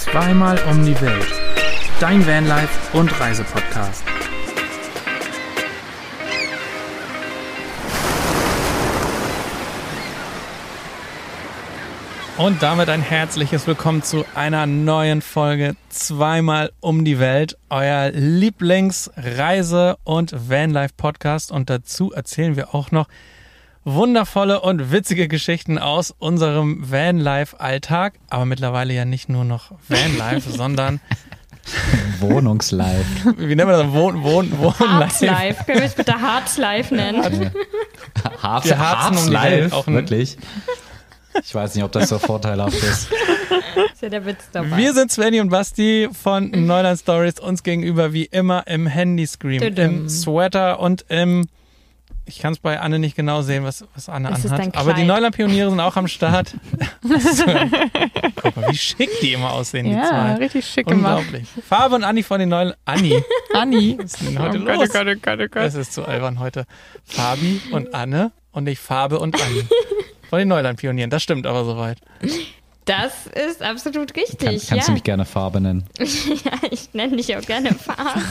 Zweimal um die Welt. Dein Vanlife- und Reisepodcast. Und damit ein herzliches Willkommen zu einer neuen Folge Zweimal um die Welt, euer Lieblingsreise- und Vanlife-Podcast. Und dazu erzählen wir auch noch wundervolle und witzige Geschichten aus unserem Vanlife-Alltag. Aber mittlerweile ja nicht nur noch Vanlife, sondern Wohnungslife. Wie nennen wir das? Wohnlife. Herzlife. Können wir es bitte Herzlife nennen? Wir harzen um die Welt. Auch wirklich. Ich weiß nicht, ob das so vorteilhaft ist. Ist ja der Witz dabei. Wir sind Svenny und Basti von Neuland Stories, uns gegenüber wie immer im Handyscreen, im Sweater und im, ich kann es bei Anne nicht genau sehen, was Anne anhat, aber die Neuland-Pioniere sind auch am Start. Guck mal, wie schick die immer aussehen, die zwei. Ja, richtig schick Unglaublich. gemacht. Fabe und Anni von den Neuland... Anni. Was ist denn heute los? Gott. Es ist zu albern heute. Fabi und Anne und nicht Fabe und Anni. Von den Neuland-Pionieren, das stimmt aber soweit. Das ist absolut richtig. Kannst du mich gerne Farbe nennen? Ja, ich nenne dich auch gerne Farbe.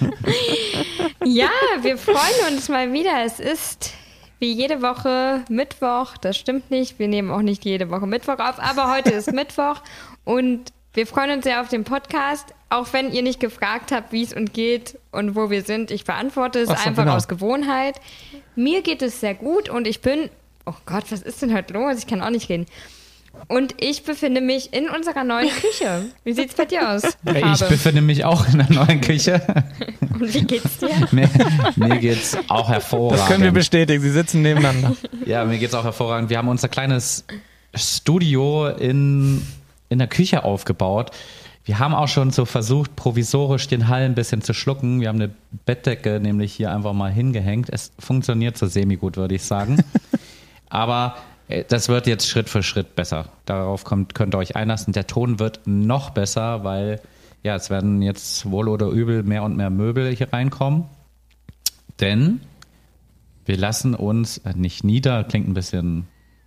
Ja, wir freuen uns mal wieder. Es ist wie jede Woche Mittwoch. Das stimmt nicht. Wir nehmen auch nicht jede Woche Mittwoch auf, aber heute ist Mittwoch und wir freuen uns sehr auf den Podcast. Auch wenn ihr nicht gefragt habt, wie es uns geht und wo wir sind. Ich beantworte es einfach aus Gewohnheit. Mir geht es sehr gut und ich bin... Oh Gott, was ist denn heute los? Ich kann auch nicht reden. Und ich befinde mich in unserer neuen Küche. Wie sieht's bei dir aus? Ich befinde mich auch in der neuen Küche. Und wie geht's dir? Mir geht's auch hervorragend. Das können wir bestätigen, sie sitzen nebeneinander. Ja, mir geht's auch hervorragend. Wir haben unser kleines Studio in der Küche aufgebaut. Wir haben auch schon so versucht, provisorisch den Hall ein bisschen zu schlucken. Wir haben eine Bettdecke nämlich hier einfach mal hingehängt. Es funktioniert so semi-gut, würde ich sagen. Aber das wird jetzt Schritt für Schritt besser. Darauf könnt ihr euch einlassen. Der Ton wird noch besser, weil ja, es werden jetzt wohl oder übel mehr und mehr Möbel hier reinkommen. Denn wir lassen uns nicht nieder. Klingt ein bisschen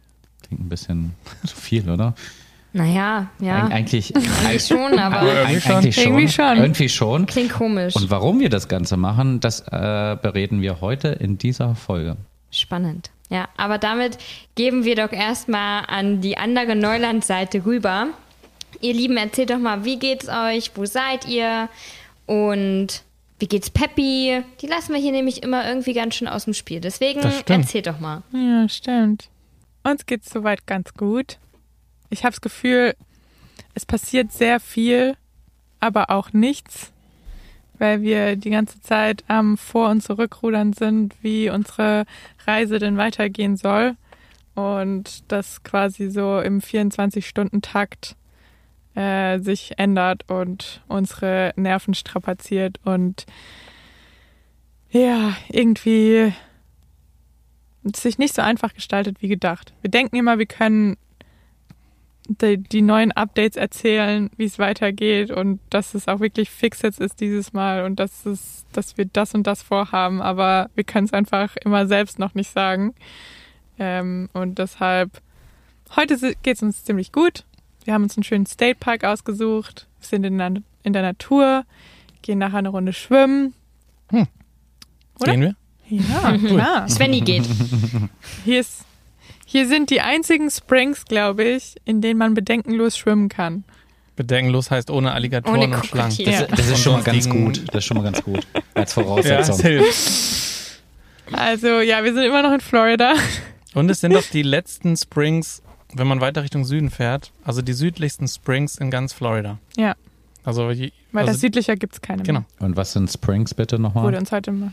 zu viel, oder? Naja, ja. Eigentlich schon, aber irgendwie schon. Klingt komisch. Und warum wir das Ganze machen, das bereden wir heute in dieser Folge. Spannend. Ja, aber damit geben wir doch erstmal an die andere Neuland-Seite rüber. Ihr Lieben, erzählt doch mal, wie geht's euch, wo seid ihr und wie geht's Peppi? Die lassen wir hier nämlich immer irgendwie ganz schön aus dem Spiel. Deswegen erzählt doch mal. Ja, stimmt. Uns geht's soweit ganz gut. Ich habe das Gefühl, es passiert sehr viel, aber auch nichts, weil wir die ganze Zeit am Vor- und Zurückrudern sind, wie unsere Reise denn weitergehen soll. Und das quasi so im 24-Stunden-Takt sich ändert und unsere Nerven strapaziert und ja, irgendwie sich nicht so einfach gestaltet wie gedacht. Wir denken immer, wir können die neuen Updates erzählen, wie es weitergeht und dass es auch wirklich fix jetzt ist dieses Mal und dass wir das und das vorhaben, aber wir können es einfach immer selbst noch nicht sagen. Und deshalb, heute geht es uns ziemlich gut. Wir haben uns einen schönen State Park ausgesucht, wir sind in der Natur, gehen nachher eine Runde schwimmen. Oder? Gehen wir? Ja, klar. Svenny geht. Hier sind die einzigen Springs, glaube ich, in denen man bedenkenlos schwimmen kann. Bedenkenlos heißt ohne Alligatoren Ohne und Schlangen. Das ist schon mal ganz gut. Das ist schon mal ganz gut. Als Voraussetzung. Ja, das hilft. Also, ja, wir sind immer noch in Florida. Und es sind doch die letzten Springs, wenn man weiter Richtung Süden fährt, also die südlichsten Springs in ganz Florida. Ja. Weil das südlicher gibt es keine mehr. Genau. Und was sind Springs bitte nochmal? Wurde uns heute mal.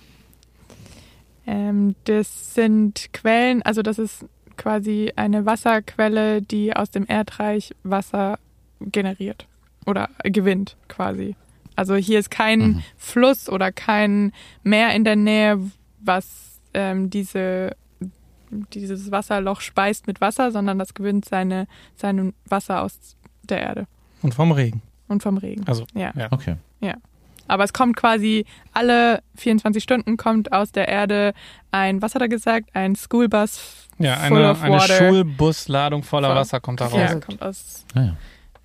Das sind Quellen, also das ist quasi eine Wasserquelle, die aus dem Erdreich Wasser generiert oder gewinnt quasi. Also hier ist kein Fluss oder kein Meer in der Nähe, was dieses Wasserloch speist mit Wasser, sondern das gewinnt sein Wasser aus der Erde. Und vom Regen. Und vom Regen. Also, ja. Okay. Ja. Aber es kommt quasi alle 24 Stunden kommt aus der Erde was hat er gesagt? Ein Schoolbus Ja, full of eine water. Schulbusladung voller Wasser kommt da raus. Ja, kommt aus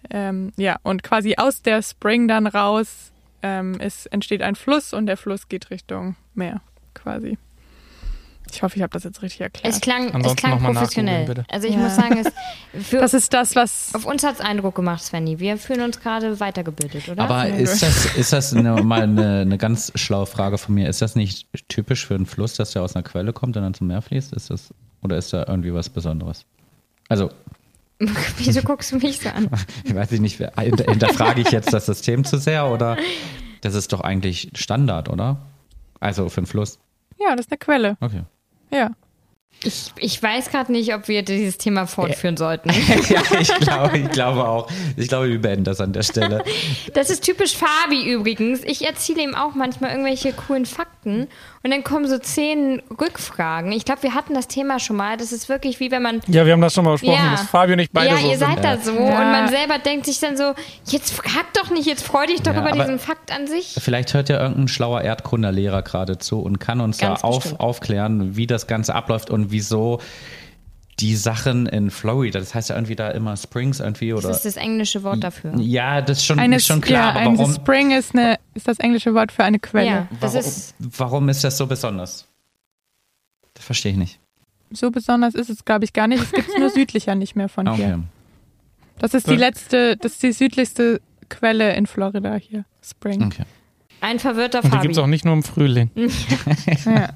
Und quasi aus der Spring dann raus entsteht ein Fluss und der Fluss geht Richtung Meer quasi. Ich hoffe, ich habe das jetzt richtig erklärt. Es klang professionell. Also ich muss sagen, das ist das, was... Auf uns hat es Eindruck gemacht, Svenny. Wir fühlen uns gerade weitergebildet, oder? Aber ist das mal eine ganz schlaue Frage von mir? Ist das nicht typisch für einen Fluss, dass der aus einer Quelle kommt und dann zum Meer fließt? Oder ist da irgendwie was Besonderes? Also... Wieso guckst du mich so an? Ich weiß nicht, hinterfrage ich jetzt das System zu sehr oder das ist doch eigentlich Standard, oder? Also für einen Fluss. Ja, das ist eine Quelle. Okay. Ja. Ich weiß gerade nicht, ob wir dieses Thema fortführen sollten. Ja, ich glaube auch. Ich glaube, wir beenden das an der Stelle. Das ist typisch Fabi übrigens. Ich erzähle ihm auch manchmal irgendwelche coolen Fakten und dann kommen so 10 Rückfragen. Ich glaube, wir hatten das Thema schon mal. Das ist wirklich wie wenn man... Ja, wir haben das schon mal besprochen, dass Fabi und ich beide so sind. Ja, ihr seid da so und man selber denkt sich dann so, jetzt hack doch nicht, jetzt freu dich doch über diesen Fakt an sich. Vielleicht hört ja irgendein schlauer Erdkundelehrer gerade zu und kann uns da aufklären, wie das Ganze abläuft und wieso die Sachen in Florida, das heißt ja irgendwie da immer Springs irgendwie, oder? Das ist das englische Wort dafür. Ja, das ist schon klar. Ja, aber warum? Spring ist das englische Wort für eine Quelle. Ja, warum ist das so besonders? Das verstehe ich nicht. So besonders ist es, glaube ich, gar nicht. Es gibt es nur südlicher nicht mehr von hier. Das ist die südlichste Quelle in Florida hier, Spring. Okay. Ein verwirrter Fabi. Die gibt es auch nicht nur im Frühling. Ja.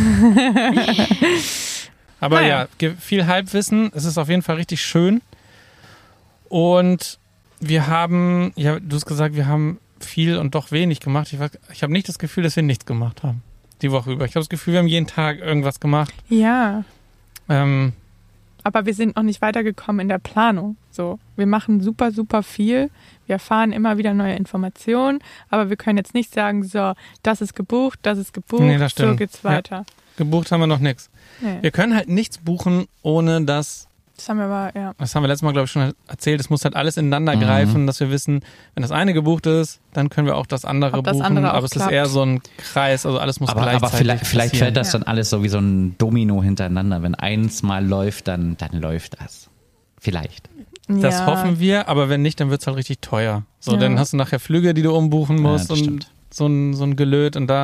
Aber viel Halbwissen. Es ist auf jeden Fall richtig schön. Und wir haben, du hast gesagt, wir haben viel und doch wenig gemacht. Ich habe nicht das Gefühl, dass wir nichts gemacht haben. Die Woche über. Ich habe das Gefühl, wir haben jeden Tag irgendwas gemacht. Ja. Aber wir sind noch nicht weitergekommen in der Planung. So, wir machen super, super viel. Wir erfahren immer wieder neue Informationen. Aber wir können jetzt nicht sagen, so, das ist gebucht, Nee, das stimmt. So geht's weiter. Ja. Gebucht haben wir noch nichts. Nee. Wir können halt nichts buchen, ohne dass... Das haben wir aber, ja. Das haben wir letztes Mal, glaube ich, schon erzählt. Es muss halt alles ineinander greifen, dass wir wissen, wenn das eine gebucht ist, dann können wir auch das andere buchen. Aber es ist eher so ein Kreis, also alles muss gleichzeitig Aber vielleicht fällt das dann alles so wie so ein Domino hintereinander. Wenn eins mal läuft, dann läuft das. Vielleicht. Das hoffen wir, aber wenn nicht, dann wird es halt richtig teuer. So, dann hast du nachher Flüge, die du umbuchen musst und so ein Gelöt und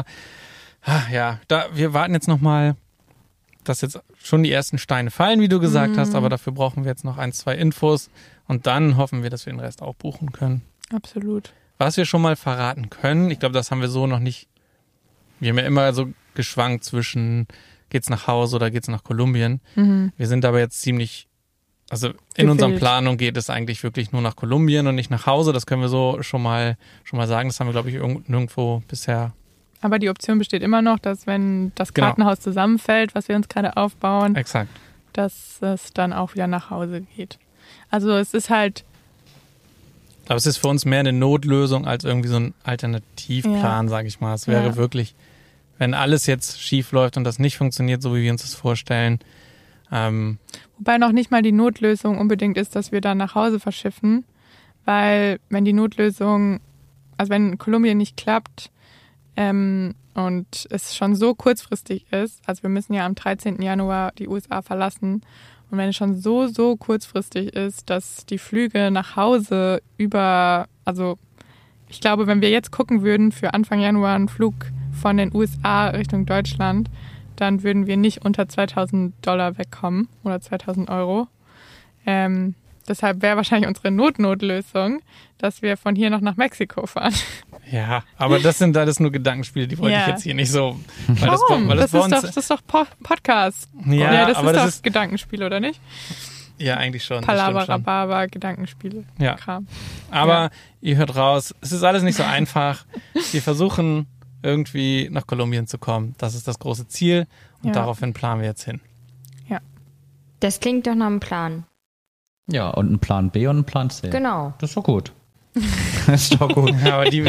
wir warten jetzt nochmal, dass jetzt schon die ersten Steine fallen, wie du gesagt hast, aber dafür brauchen wir jetzt noch 1, 2 Infos und dann hoffen wir, dass wir den Rest auch buchen können. Absolut. Was wir schon mal verraten können, ich glaube, das haben wir so noch nicht, wir haben ja immer so geschwankt zwischen, geht's nach Hause oder geht's nach Kolumbien. Wir sind aber jetzt also in unserer Planung geht es eigentlich wirklich nur nach Kolumbien und nicht nach Hause, das können wir so schon mal sagen, das haben wir, glaube ich, nirgendwo bisher. Aber die Option besteht immer noch, dass wenn das Kartenhaus zusammenfällt, was wir uns gerade aufbauen, exakt, dass es dann auch wieder nach Hause geht. Also es ist halt... Aber es ist für uns mehr eine Notlösung als irgendwie so ein Alternativplan, sage ich mal. Es wäre wirklich, wenn alles jetzt schief läuft und das nicht funktioniert, so wie wir uns das vorstellen. Wobei noch nicht mal die Notlösung unbedingt ist, dass wir dann nach Hause verschiffen, weil wenn die Notlösung, also wenn Kolumbien nicht klappt, und es schon so kurzfristig ist, also wir müssen ja am 13. Januar die USA verlassen und wenn es schon so kurzfristig ist, dass die Flüge nach Hause also ich glaube, wenn wir jetzt gucken würden für Anfang Januar einen Flug von den USA Richtung Deutschland, dann würden wir nicht unter $2.000 wegkommen oder 2.000 Euro. Deshalb wäre wahrscheinlich unsere Notlösung, dass wir von hier noch nach Mexiko fahren. Ja, aber das sind alles nur Gedankenspiele, die wollte ich jetzt hier nicht so. Warum? Das ist doch Podcast. Ja, das aber ist doch Gedankenspiel, oder nicht? Ja, eigentlich schon. Palaver, Rhabarber, Gedankenspiele. Ja. Kram. Aber ihr hört raus, es ist alles nicht so einfach. Wir versuchen irgendwie nach Kolumbien zu kommen. Das ist das große Ziel und daraufhin planen wir jetzt hin. Ja. Das klingt doch nach einem Plan. Ja, und ein Plan B und ein Plan C. Genau. Das ist doch gut. Das ist doch gut. Ja, aber wir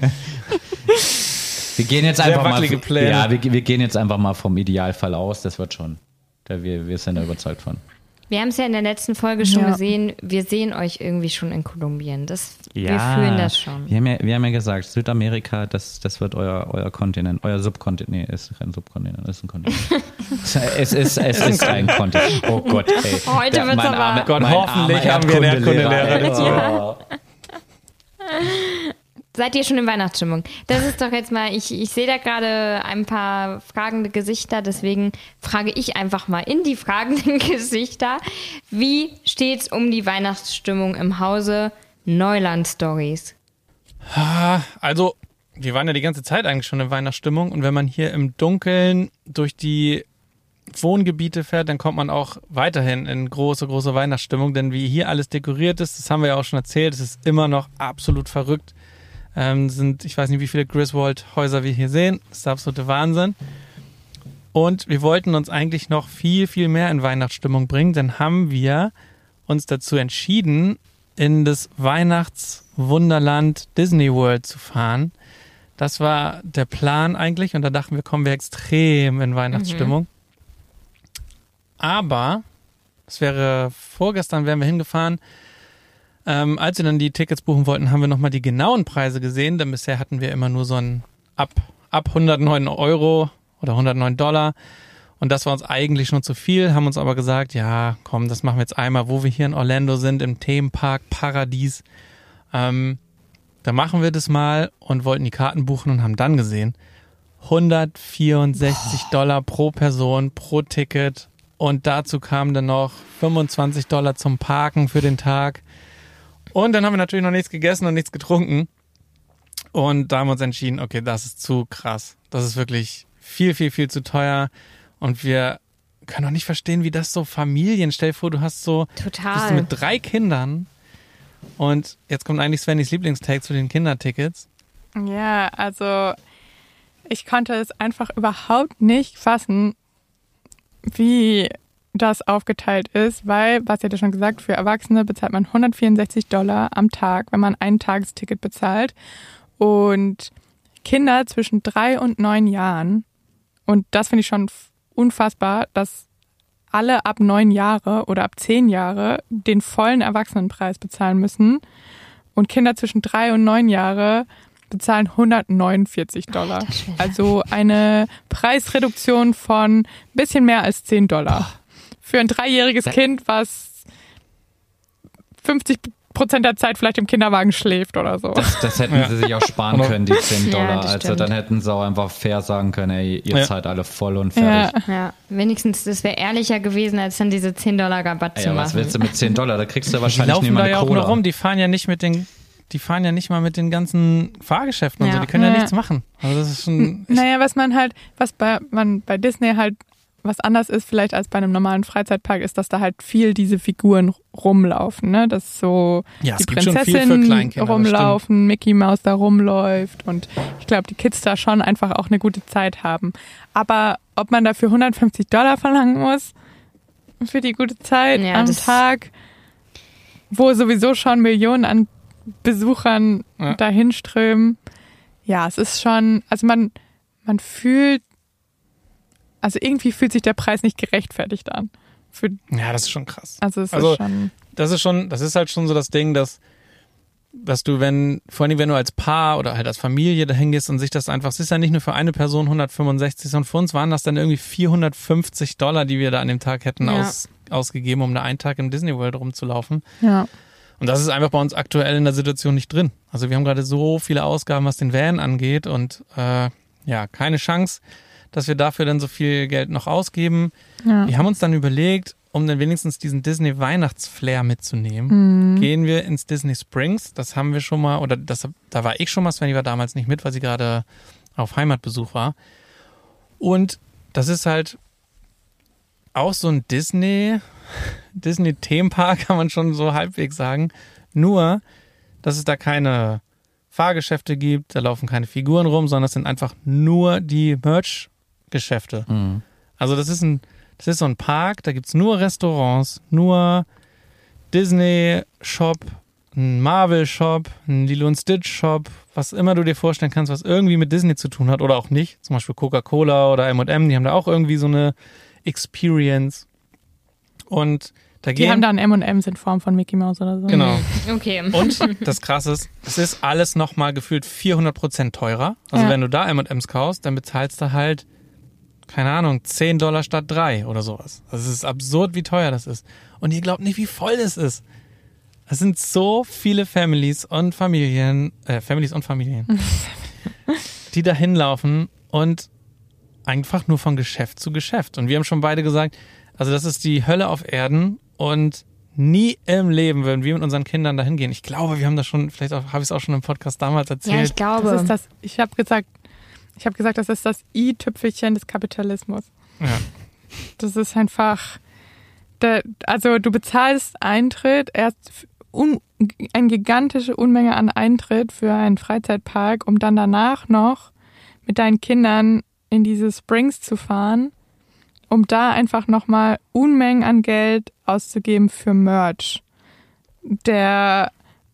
gehen jetzt einfach mal. Pläne. Ja, wir gehen jetzt einfach mal vom Idealfall aus. Das wird schon. Wir sind da überzeugt von. Wir haben es ja in der letzten Folge schon gesehen. Wir sehen euch irgendwie schon in Kolumbien. Wir fühlen das schon. Wir haben ja gesagt, Südamerika, das wird euer Kontinent. Euer Subkontinent. Nee, ist kein Subkontinent, ist ein Kontinent. es ist ein Kontinent. Oh Gott, ey. Heute wird's aber... Gott, hoffentlich haben wir einen Erdkundelehrer. Seid ihr schon in Weihnachtsstimmung? Das ist doch jetzt mal, ich sehe da gerade ein paar fragende Gesichter, deswegen frage ich einfach mal in die fragenden Gesichter, wie steht's um die Weihnachtsstimmung im Hause Neuland Stories? Also, wir waren ja die ganze Zeit eigentlich schon in Weihnachtsstimmung und wenn man hier im Dunkeln durch die Wohngebiete fährt, dann kommt man auch weiterhin in große Weihnachtsstimmung, denn wie hier alles dekoriert ist, das haben wir ja auch schon erzählt, es ist immer noch absolut verrückt. Ich weiß nicht, wie viele Griswold-Häuser wir hier sehen. Das ist der absolute Wahnsinn. Und wir wollten uns eigentlich noch viel, viel mehr in Weihnachtsstimmung bringen. Dann haben wir uns dazu entschieden, in das Weihnachtswunderland Disney World zu fahren. Das war der Plan eigentlich. Und da dachten wir, kommen wir extrem in Weihnachtsstimmung. Aber, vorgestern wären wir hingefahren. Als wir dann die Tickets buchen wollten, haben wir nochmal die genauen Preise gesehen, denn bisher hatten wir immer nur so ein ab 109 Euro oder $109 und das war uns eigentlich schon zu viel, haben uns aber gesagt, ja komm, das machen wir jetzt einmal, wo wir hier in Orlando sind, im Themenpark Paradies, da machen wir das mal und wollten die Karten buchen und haben dann gesehen, $164 pro Person, pro Ticket und dazu kamen dann noch $25 zum Parken für den Tag. Und dann haben wir natürlich noch nichts gegessen und nichts getrunken. Und da haben wir uns entschieden, okay, das ist zu krass. Das ist wirklich viel, viel, viel zu teuer. Und wir können auch nicht verstehen, wie das so Familien, stell dir vor, du hast so, Total. bist du mit 3 Kindern. Und jetzt kommt eigentlich Svennys Lieblingstag zu den Kindertickets. Ja, also ich konnte es einfach überhaupt nicht fassen, wie das aufgeteilt ist, weil, was ihr ja schon gesagt, für Erwachsene bezahlt man $164 am Tag, wenn man ein Tagesticket bezahlt und Kinder zwischen 3 und 9 Jahren, und das finde ich schon unfassbar, dass alle ab 9 Jahre oder ab 10 Jahre den vollen Erwachsenenpreis bezahlen müssen und Kinder zwischen 3 und 9 Jahre bezahlen $149. Also eine Preisreduktion von ein bisschen mehr als $10. Für ein 3-jähriges Kind, was 50% der Zeit vielleicht im Kinderwagen schläft oder so. Das hätten sie sich auch sparen können, die $10. Ja, also dann hätten sie auch einfach fair sagen können, ey, ihr zahlt alle voll und fertig. Ja, wenigstens, das wäre ehrlicher gewesen, als dann diese $10 Rabatt zu machen. Was willst du mit $10? Da kriegst du wahrscheinlich laufen niemand da ja auch Cola. nur rum, die fahren ja nicht mal mit den ganzen Fahrgeschäften und so, die können ja nichts machen. Also das ist schon naja, was man bei Disney halt was anders ist vielleicht als bei einem normalen Freizeitpark, ist, dass da halt viel diese Figuren rumlaufen, ne? Dass so ja, die es gibt schon viel für Prinzessinnen Kleinkinder, rumlaufen, Mickey Mouse da rumläuft und ich glaube, die Kids da schon einfach auch eine gute Zeit haben. Aber ob man dafür $150 verlangen muss für die gute Zeit am Tag, wo sowieso schon Millionen an Besuchern dahin strömen, ja, es ist schon, also man fühlt, also irgendwie fühlt sich der Preis nicht gerechtfertigt an. Ja, das ist schon krass. Also ist schon. Das ist halt schon so das Ding, dass du, vor allem wenn du als Paar oder halt als Familie dahin gehst und sich das einfach, es ist ja nicht nur für eine Person 165, sondern für uns waren das dann irgendwie $450, die wir da an dem Tag hätten ausgegeben, um da einen Tag im Disney World rumzulaufen. Ja. Und das ist einfach bei uns aktuell in der Situation nicht drin. Also wir haben gerade so viele Ausgaben, was den Van angeht und keine Chance, dass wir dafür dann so viel Geld noch ausgeben. Ja. Wir haben uns dann überlegt, um dann wenigstens diesen Disney-Weihnachtsflair mitzunehmen, gehen wir ins Disney Springs. Das haben wir schon mal, da war ich schon mal, Svenny war damals nicht mit, weil sie gerade auf Heimatbesuch war. Und das ist halt auch so ein Disney-Themenpark, kann man schon so halbwegs sagen. Nur, dass es da keine Fahrgeschäfte gibt, da laufen keine Figuren rum, sondern es sind einfach nur die Merch-Geschäfte. Mhm. Also das ist so ein Park, da gibt's nur Restaurants, nur Disney-Shop, ein Marvel-Shop, ein Lilo & Stitch-Shop, was immer du dir vorstellen kannst, was irgendwie mit Disney zu tun hat oder auch nicht. Zum Beispiel Coca-Cola oder M&M, die haben da auch irgendwie so eine Experience. Und die haben da ein M&M's in Form von Mickey Mouse oder so. Genau. Okay. Und das Krasse ist, es ist alles nochmal gefühlt 400% teurer. Also wenn du da M&M's kaufst, dann bezahlst du halt, keine Ahnung, $10 statt 3 oder sowas. Also es ist absurd, wie teuer das ist. Und ihr glaubt nicht, wie voll es ist. Es sind so viele Families und Familien, die da hinlaufen und einfach nur von Geschäft zu Geschäft. Und wir haben schon beide gesagt, also das ist die Hölle auf Erden und nie im Leben würden wir mit unseren Kindern dahin gehen. Ich glaube, wir haben das schon, vielleicht habe ich es auch schon im Podcast damals erzählt. Ja, ich glaube. Ich habe gesagt, das ist das i-Tüpfelchen des Kapitalismus. Ja. Das ist einfach, also du bezahlst Eintritt, erst eine gigantische Unmenge an Eintritt für einen Freizeitpark, um dann danach noch mit deinen Kindern in diese Springs zu fahren, um da einfach nochmal Unmengen an Geld auszugeben für Merch, der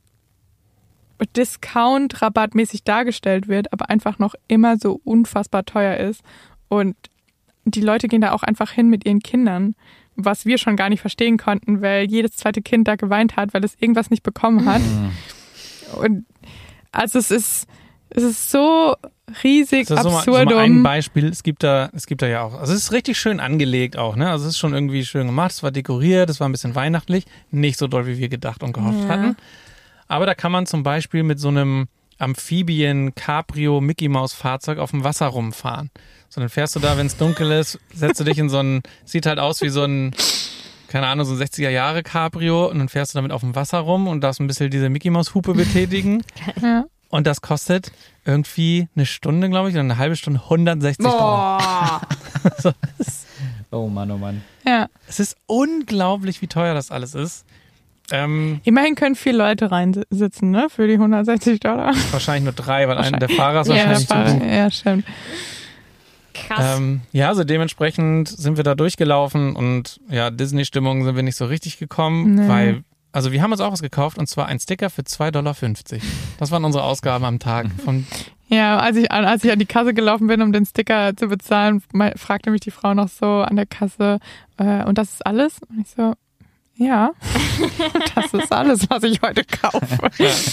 Discount-rabattmäßig dargestellt wird, aber einfach noch immer so unfassbar teuer ist. Und die Leute gehen da auch einfach hin mit ihren Kindern, was wir schon gar nicht verstehen konnten, weil jedes zweite Kind da geweint hat, weil es irgendwas nicht bekommen hat. Und also es ist so riesig absurdum. So mal ein Beispiel, es gibt da ja auch, also es ist richtig schön angelegt auch, ne? Also es ist schon irgendwie schön gemacht, es war dekoriert, es war ein bisschen weihnachtlich, nicht so doll, wie wir gedacht und gehofft hatten. Aber da kann man zum Beispiel mit so einem Amphibien-Cabrio-Mickey-Maus-Fahrzeug auf dem Wasser rumfahren. So, dann fährst du da, wenn es dunkel ist, setzt du dich in so ein, sieht halt aus wie so ein, keine Ahnung, so ein 60er-Jahre-Cabrio und dann fährst du damit auf dem Wasser rum und darfst ein bisschen diese Mickey-Maus-Hupe betätigen. Ja. Und das kostet irgendwie eine Stunde, glaube ich, oder eine halbe Stunde 160 $. So, Oh Mann. Ja. es ist unglaublich, wie teuer das alles ist. Immerhin können 4 Leute reinsitzen, ne? Für die $160. Wahrscheinlich nur 3, weil einer der Fahrer ist wahrscheinlich zu gut. Ja, stimmt. Krass. Ja, also dementsprechend sind wir da durchgelaufen und ja, Disney-Stimmung sind wir nicht so richtig gekommen, Nee. weil, also wir haben uns auch was gekauft und zwar ein Sticker für $2,50. Das waren unsere Ausgaben am Tag. Ja, als ich an die Kasse gelaufen bin, um den Sticker zu bezahlen, fragte mich die Frau noch so an der Kasse, und das ist alles? Und ich so, ja, das ist alles, was ich heute kaufe.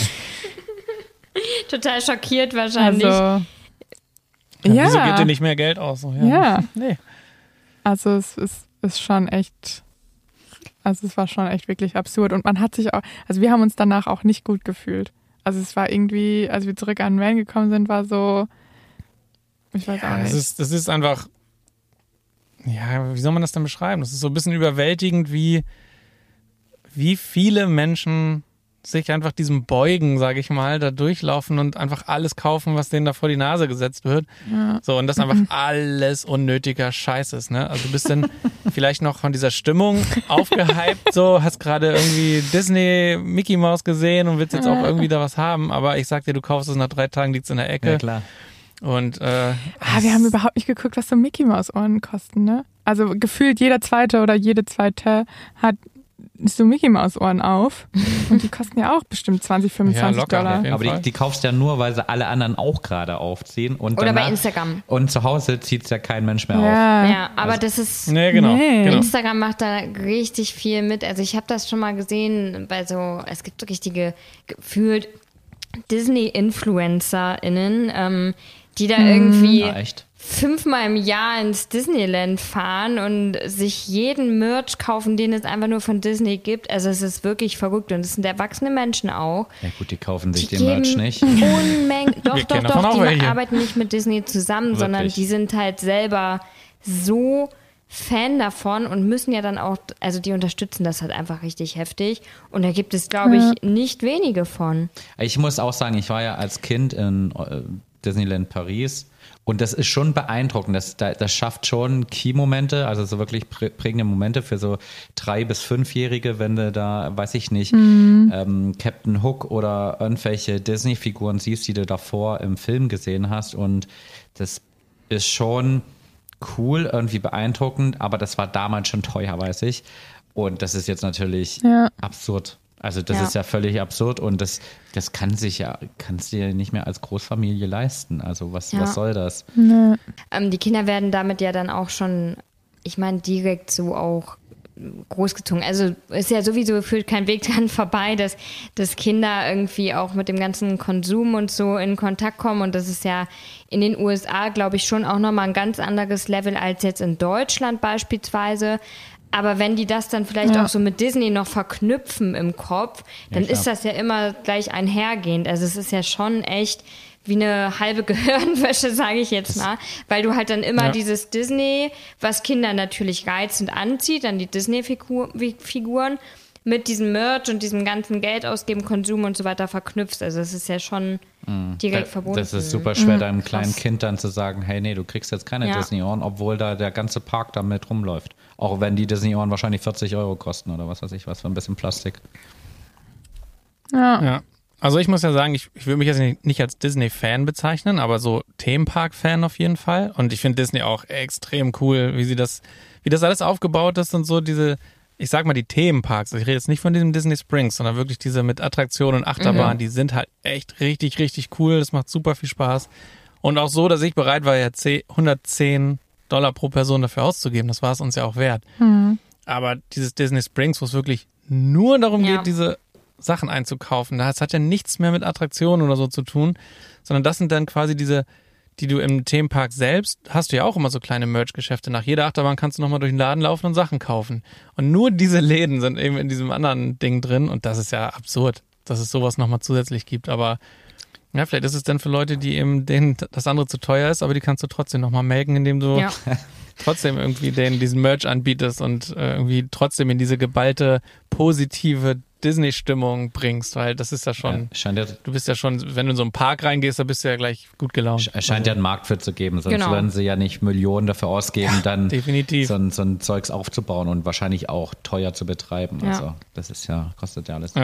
Total schockiert wahrscheinlich. Also, Wieso geht dir nicht mehr Geld aus? So, Ja. Nee. Also es ist schon echt, also es war schon echt wirklich absurd und man hat sich auch, also wir haben uns danach auch nicht gut gefühlt. Also es war irgendwie, als wir zurück an den Van gekommen sind, war so, ich weiß auch nicht. Das ist einfach, ja, wie soll man das denn beschreiben? Das ist so ein bisschen überwältigend, wie viele Menschen sich einfach diesem Beugen, sage ich mal, da durchlaufen und einfach alles kaufen, was denen da vor die Nase gesetzt wird. Ja. So, und das einfach alles unnötiger Scheiß ist, ne? Also du bist dann vielleicht noch von dieser Stimmung aufgehypt, so, hast gerade irgendwie Disney Mickey Mouse gesehen und willst jetzt auch irgendwie da was haben, aber ich sag dir, du kaufst es nach 3 Tagen, liegt's in der Ecke. Ja, klar. Und wir haben überhaupt nicht geguckt, was so Mickey Maus Ohren kosten, ne? Also gefühlt jeder Zweite oder jede Zweite hat so Mickey Maus Ohren auf und die kosten ja auch bestimmt 20, 25 locker, $. auf jeden Aber Fall. die kaufst ja nur, weil sie alle anderen auch gerade aufziehen. Und Oder danach, bei Instagram. Und zu Hause zieht es ja kein Mensch mehr auf. Ja, aber das ist... nee, genau. Nee. genau. Instagram macht da richtig viel mit. Also ich habe das schon mal gesehen bei so, es gibt so richtige gefühlt Disney-InfluencerInnen, die da irgendwie Ah, echt? 5-mal im Jahr ins Disneyland fahren und sich jeden Merch kaufen, den es einfach nur von Disney gibt. Also es ist wirklich verrückt und es sind erwachsene Menschen auch. Ja gut, die kaufen sich Die den Merch geben nicht. Unmengen. Doch, kennen davon auch die welche. arbeiten nicht mit Disney zusammen, sondern Wirklich? die sind halt selber so Fan davon und müssen ja dann auch, also die unterstützen das halt einfach richtig heftig. Und da gibt es, glaube ich, nicht wenige von. Ich muss auch sagen, ich war ja als Kind in Disneyland Paris und das ist schon beeindruckend. Das schafft schon Key-Momente, also so wirklich prägende Momente für so 3- bis 5-Jährige, wenn du da, weiß ich nicht, Captain Hook oder irgendwelche Disney-Figuren siehst, die du davor im Film gesehen hast. Und das ist schon cool, irgendwie beeindruckend, aber das war damals schon teuer, weiß ich. Und das ist jetzt natürlich absurd. Also das ist ja völlig absurd und das kannst du dir nicht mehr als Großfamilie leisten. Also was soll das? Die Kinder werden damit ja dann auch schon, ich meine, direkt so auch großgezogen. Also ist ja sowieso, führt kein Weg dran vorbei, dass Kinder irgendwie auch mit dem ganzen Konsum und so in Kontakt kommen und das ist ja in den USA, glaube ich, schon auch nochmal ein ganz anderes Level als jetzt in Deutschland beispielsweise. Aber wenn die das dann vielleicht auch so mit Disney noch verknüpfen im Kopf, dann ist das ja immer gleich einhergehend. Also es ist ja schon echt wie eine halbe Gehirnwäsche, sage ich jetzt mal, weil du halt dann immer dieses Disney, was Kinder natürlich reizend anzieht, dann die Disney-Figuren mit diesem Merch und diesem ganzen Geld ausgeben, Konsum und so weiter verknüpfst. Also es ist ja schon direkt verbunden. Das ist super schwer, deinem kleinen Kind dann zu sagen, hey, nee, du kriegst jetzt keine Disney-Ohren, obwohl da der ganze Park damit rumläuft. Auch wenn die Disney-Ohren wahrscheinlich 40 € kosten oder was weiß ich, was für ein bisschen Plastik. Ja. Also ich muss ja sagen, ich würde mich jetzt nicht als Disney-Fan bezeichnen, aber so Themenpark-Fan auf jeden Fall. Und ich finde Disney auch extrem cool, wie das alles aufgebaut ist und so diese, ich sag mal die Themenparks. Ich rede jetzt nicht von diesem Disney Springs, sondern wirklich diese mit Attraktionen und Achterbahn, die sind halt echt richtig, richtig cool. Das macht super viel Spaß. Und auch so, dass ich bereit war, ja $110 pro Person dafür auszugeben. Das war es uns ja auch wert. Aber dieses Disney Springs, wo es wirklich nur darum geht, diese Sachen einzukaufen. Das hat ja nichts mehr mit Attraktionen oder so zu tun, sondern das sind dann quasi diese, die du im Themenpark selbst, hast du ja auch immer so kleine Merch-Geschäfte. Nach jeder Achterbahn kannst du nochmal durch den Laden laufen und Sachen kaufen. Und nur diese Läden sind eben in diesem anderen Ding drin und das ist ja absurd, dass es sowas nochmal zusätzlich gibt. Aber ja, vielleicht ist es dann für Leute, die eben denen das andere zu teuer ist, aber die kannst du trotzdem nochmal melken, indem du trotzdem irgendwie denen diesen Merch anbietest und irgendwie trotzdem in diese geballte, positive Disney-Stimmung bringst, weil das ist ja schon, du bist ja schon, wenn du in so einen Park reingehst, da bist du ja gleich gut gelaunt. Es scheint ja einen Markt für zu geben, sonst würden sie ja nicht Millionen dafür ausgeben, dann definitiv so ein Zeugs aufzubauen und wahrscheinlich auch teuer zu betreiben. Also das ist ja, kostet ja alles. Ja.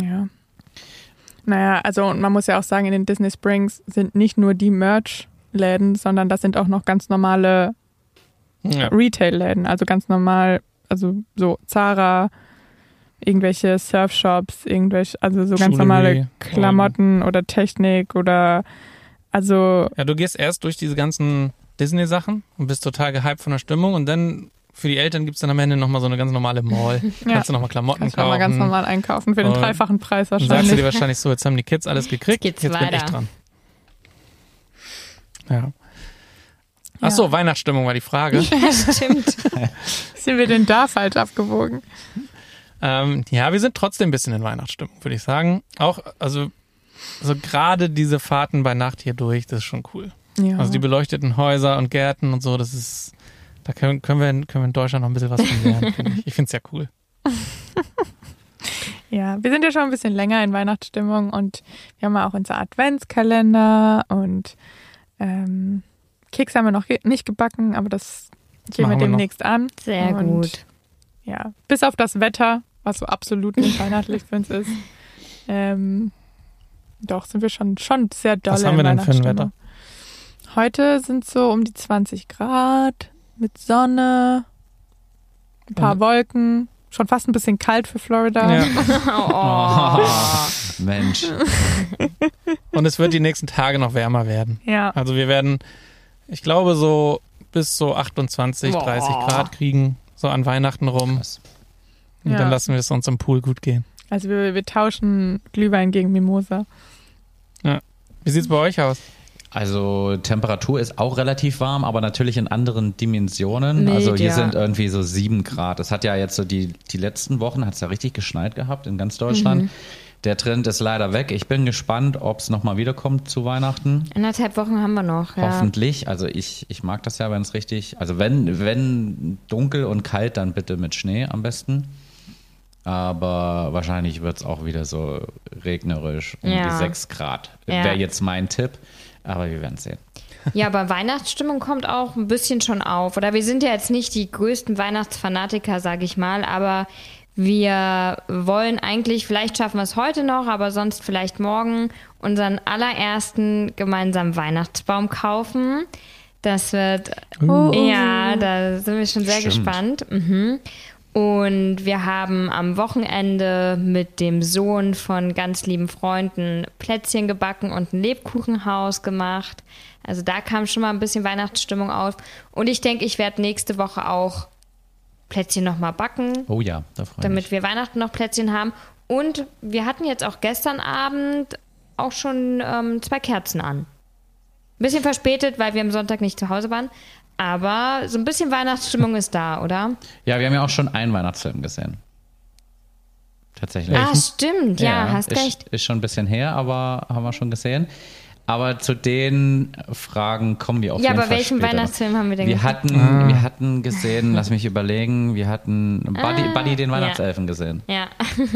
Naja, also man muss ja auch sagen, in den Disney Springs sind nicht nur die Merch-Läden, sondern das sind auch noch ganz normale Retail-Läden, also ganz normal, also so Zara, irgendwelche Surfshops, also so ganz normale Klamotten oder Technik oder also. Ja, du gehst erst durch diese ganzen Disney-Sachen und bist total gehypt von der Stimmung und dann für die Eltern gibt es dann am Ende nochmal so eine ganz normale Mall. Kannst du nochmal Klamotten kaufen. Kannst du mal ganz normal einkaufen für den dreifachen Preis wahrscheinlich. Dann sagst du dir wahrscheinlich so, jetzt haben die Kids alles gekriegt, jetzt bin ich dran. Ja. Achso, Weihnachtsstimmung war die Frage. Ja, stimmt. Sind wir denn da falsch abgewogen? Ja, wir sind trotzdem ein bisschen in Weihnachtsstimmung, würde ich sagen. Auch, also gerade diese Fahrten bei Nacht hier durch, das ist schon cool. Ja. Also die beleuchteten Häuser und Gärten und so, das ist, da können wir in Deutschland noch ein bisschen was von lernen, finde ich. Ich finde es ja cool. Ja, wir sind ja schon ein bisschen länger in Weihnachtsstimmung und wir haben ja auch unser Adventskalender und Kekse haben wir noch nicht gebacken, aber das gehen wir demnächst an. Sehr gut. Ja, bis auf das Wetter, was so absolut nicht weihnachtlich für uns ist. Doch, sind wir schon sehr doll. Was haben wir denn für ein Wetter? Heute sind es so um die 20 Grad mit Sonne, ein paar Wolken, schon fast ein bisschen kalt für Florida. Ja. Mensch. Und es wird die nächsten Tage noch wärmer werden. Ja. Also wir werden, ich glaube, so bis so 28, 30 Grad kriegen. So an Weihnachten rum. Krass. Und dann lassen wir es uns im Pool gut gehen. Also wir tauschen Glühwein gegen Mimosa. Ja. Wie sieht es bei euch aus? Also Temperatur ist auch relativ warm, aber natürlich in anderen Dimensionen. Also hier sind irgendwie so 7 Grad. Es hat ja jetzt so die letzten Wochen, hat es ja richtig geschneit gehabt in ganz Deutschland. Der Trend ist leider weg. Ich bin gespannt, ob es nochmal wiederkommt zu Weihnachten. 1,5 Wochen haben wir noch, ja. Hoffentlich. Also ich mag das ja, wenn es richtig, also wenn dunkel und kalt, dann bitte mit Schnee am besten. Aber wahrscheinlich wird es auch wieder so regnerisch um die 6 Grad. Wäre jetzt mein Tipp, aber wir werden es sehen. Ja, aber Weihnachtsstimmung kommt auch ein bisschen schon auf. Oder wir sind ja jetzt nicht die größten Weihnachtsfanatiker, sage ich mal, aber wir wollen eigentlich, vielleicht schaffen wir es heute noch, aber sonst vielleicht morgen, unseren allerersten gemeinsamen Weihnachtsbaum kaufen. Das wird, ja, da sind wir schon sehr gespannt. Und wir haben am Wochenende mit dem Sohn von ganz lieben Freunden Plätzchen gebacken und ein Lebkuchenhaus gemacht. Also da kam schon mal ein bisschen Weihnachtsstimmung auf. Und ich denke, ich werde nächste Woche auch Plätzchen nochmal backen. Oh ja, da freue ich mich. Damit wir Weihnachten noch Plätzchen haben. Und wir hatten jetzt auch gestern Abend auch schon 2 Kerzen an. Ein bisschen verspätet, weil wir am Sonntag nicht zu Hause waren. Aber so ein bisschen Weihnachtsstimmung ist da, oder? Ja, wir haben ja auch schon einen Weihnachtsfilm gesehen. Tatsächlich. Ah, stimmt, ja, hast recht. Ist schon ein bisschen her, aber haben wir schon gesehen. Aber zu den Fragen kommen wir auf jeden Fall später. Ja, aber welchen Weihnachtsfilm haben wir denn gesehen? Wir hatten gesehen, lass mich überlegen, wir hatten Buddy den Weihnachtselfen gesehen. Ja.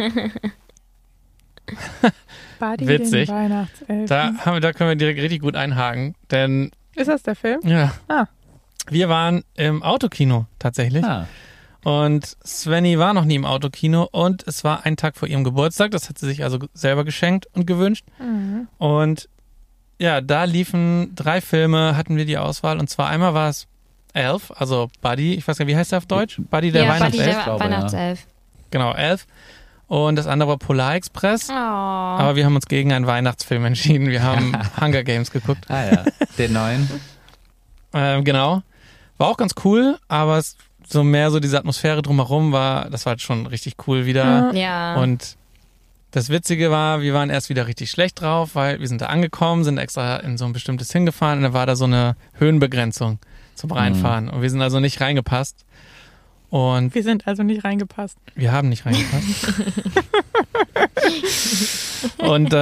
Buddy Witzig. den Weihnachtselfen. Da können wir direkt richtig gut einhaken, denn Ist das der Film? ja, Ah, wir waren im Autokino tatsächlich. Ah, Und Svenny war noch nie im Autokino und es war ein Tag vor ihrem Geburtstag. Das hat sie sich also selber geschenkt und gewünscht. Und ja, da liefen 3 Filme, hatten wir die Auswahl. Und zwar einmal war es Elf, also Buddy, ich weiß gar nicht, wie heißt der auf Deutsch? Buddy der Buddy Weihnachtself. der glaube, Weihnachtself. Genau, Elf. Und das andere war Polar Express. Oh. Aber wir haben uns gegen einen Weihnachtsfilm entschieden. Wir haben Hunger Games geguckt. ja, den neuen. Genau. War auch ganz cool, aber es so mehr so diese Atmosphäre drumherum das war halt schon richtig cool wieder. Ja. Und das Witzige war, wir waren erst wieder richtig schlecht drauf, weil wir sind da angekommen, sind extra in so ein bestimmtes hingefahren und da war da so eine Höhenbegrenzung zum Reinfahren. Und wir sind also nicht reingepasst. Und wir sind also nicht reingepasst. wir haben nicht reingepasst. Und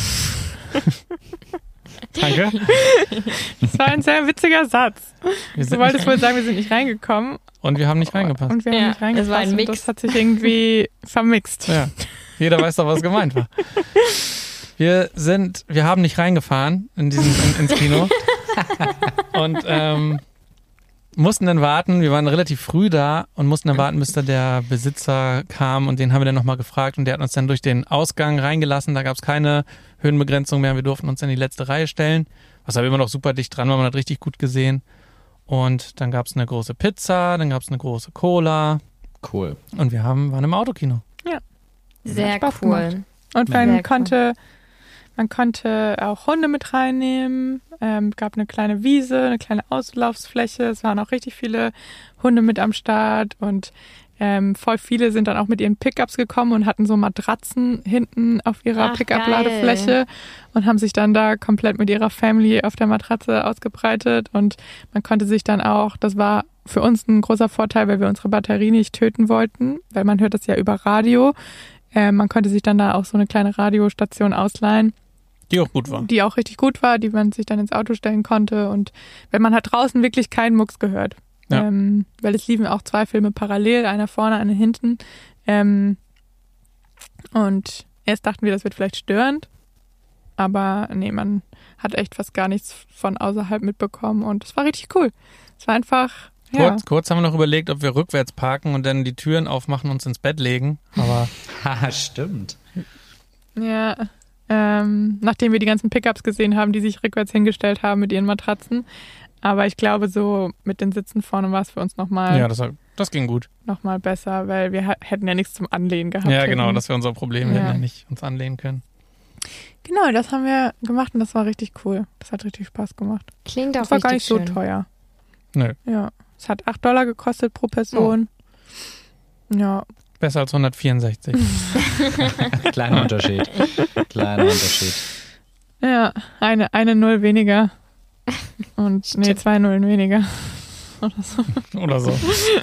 danke. Das war ein sehr witziger Satz. Du wolltest wohl sagen, wir sind nicht reingekommen. Und wir haben nicht reingepasst. Und wir haben Ja, nicht reingepasst. es war ein Mix. Und das hat sich irgendwie vermixt. Ja. Jeder weiß doch, was gemeint war. Wir haben nicht reingefahren ins Kino. Und mussten dann warten. Wir waren relativ früh da und mussten dann warten, bis da der Besitzer kam. Und den haben wir dann nochmal gefragt. Und der hat uns dann durch den Ausgang reingelassen. Da gab es keine Höhenbegrenzung mehr. Wir durften uns in die letzte Reihe stellen. Was aber immer noch super dicht dran war. Man hat richtig gut gesehen. Und dann gab es eine große Pizza. Dann gab es eine große Cola. Cool. Und wir waren im Autokino. Sehr Spaß cool. gemacht. Und Sehr man cool. konnte auch Hunde mit reinnehmen. Gab eine kleine Wiese, eine kleine Auslaufsfläche. Es waren auch richtig viele Hunde mit am Start und voll viele sind dann auch mit ihren Pickups gekommen und hatten so Matratzen hinten auf ihrer Ach, Pickup-Ladefläche und haben sich dann da komplett mit ihrer Family auf der Matratze ausgebreitet und man konnte sich dann auch, das war für uns ein großer Vorteil, weil wir unsere Batterie nicht töten wollten, weil man hört das ja über Radio. Man konnte sich dann da auch so eine kleine Radiostation ausleihen. Die auch gut war. Die auch richtig gut war, die man sich dann ins Auto stellen konnte. Und wenn man hat draußen wirklich keinen Mucks gehört. Ja. Weil es liefen auch 2 Filme parallel, einer vorne, einer hinten. Und erst dachten wir, das wird vielleicht störend. Aber nee, man hat echt fast gar nichts von außerhalb mitbekommen. Und es war richtig cool. Es war einfach... Ja. Kurz haben wir noch überlegt, ob wir rückwärts parken und dann die Türen aufmachen und uns ins Bett legen. Aber Haha, stimmt. Ja, nachdem wir die ganzen Pickups gesehen haben, die sich rückwärts hingestellt haben mit ihren Matratzen. Aber ich glaube, so mit den Sitzen vorne war es für uns nochmal ja, das ging gut. noch mal besser, weil wir hätten ja nichts zum Anlehnen gehabt. Ja, genau, hätten. das wäre unser Problem. Wir Ja. hätten ja nicht uns anlehnen können. Genau, das haben wir gemacht und das war richtig cool. Das hat richtig Spaß gemacht. Klingt auch Das war gar richtig nicht so schön. teuer. Nö, Ja, es hat $8 gekostet pro Person. Ja, besser als 164. Kleiner Unterschied. ja, eine Null weniger. Und nee, 2 Nullen weniger. Oder so. Oder so.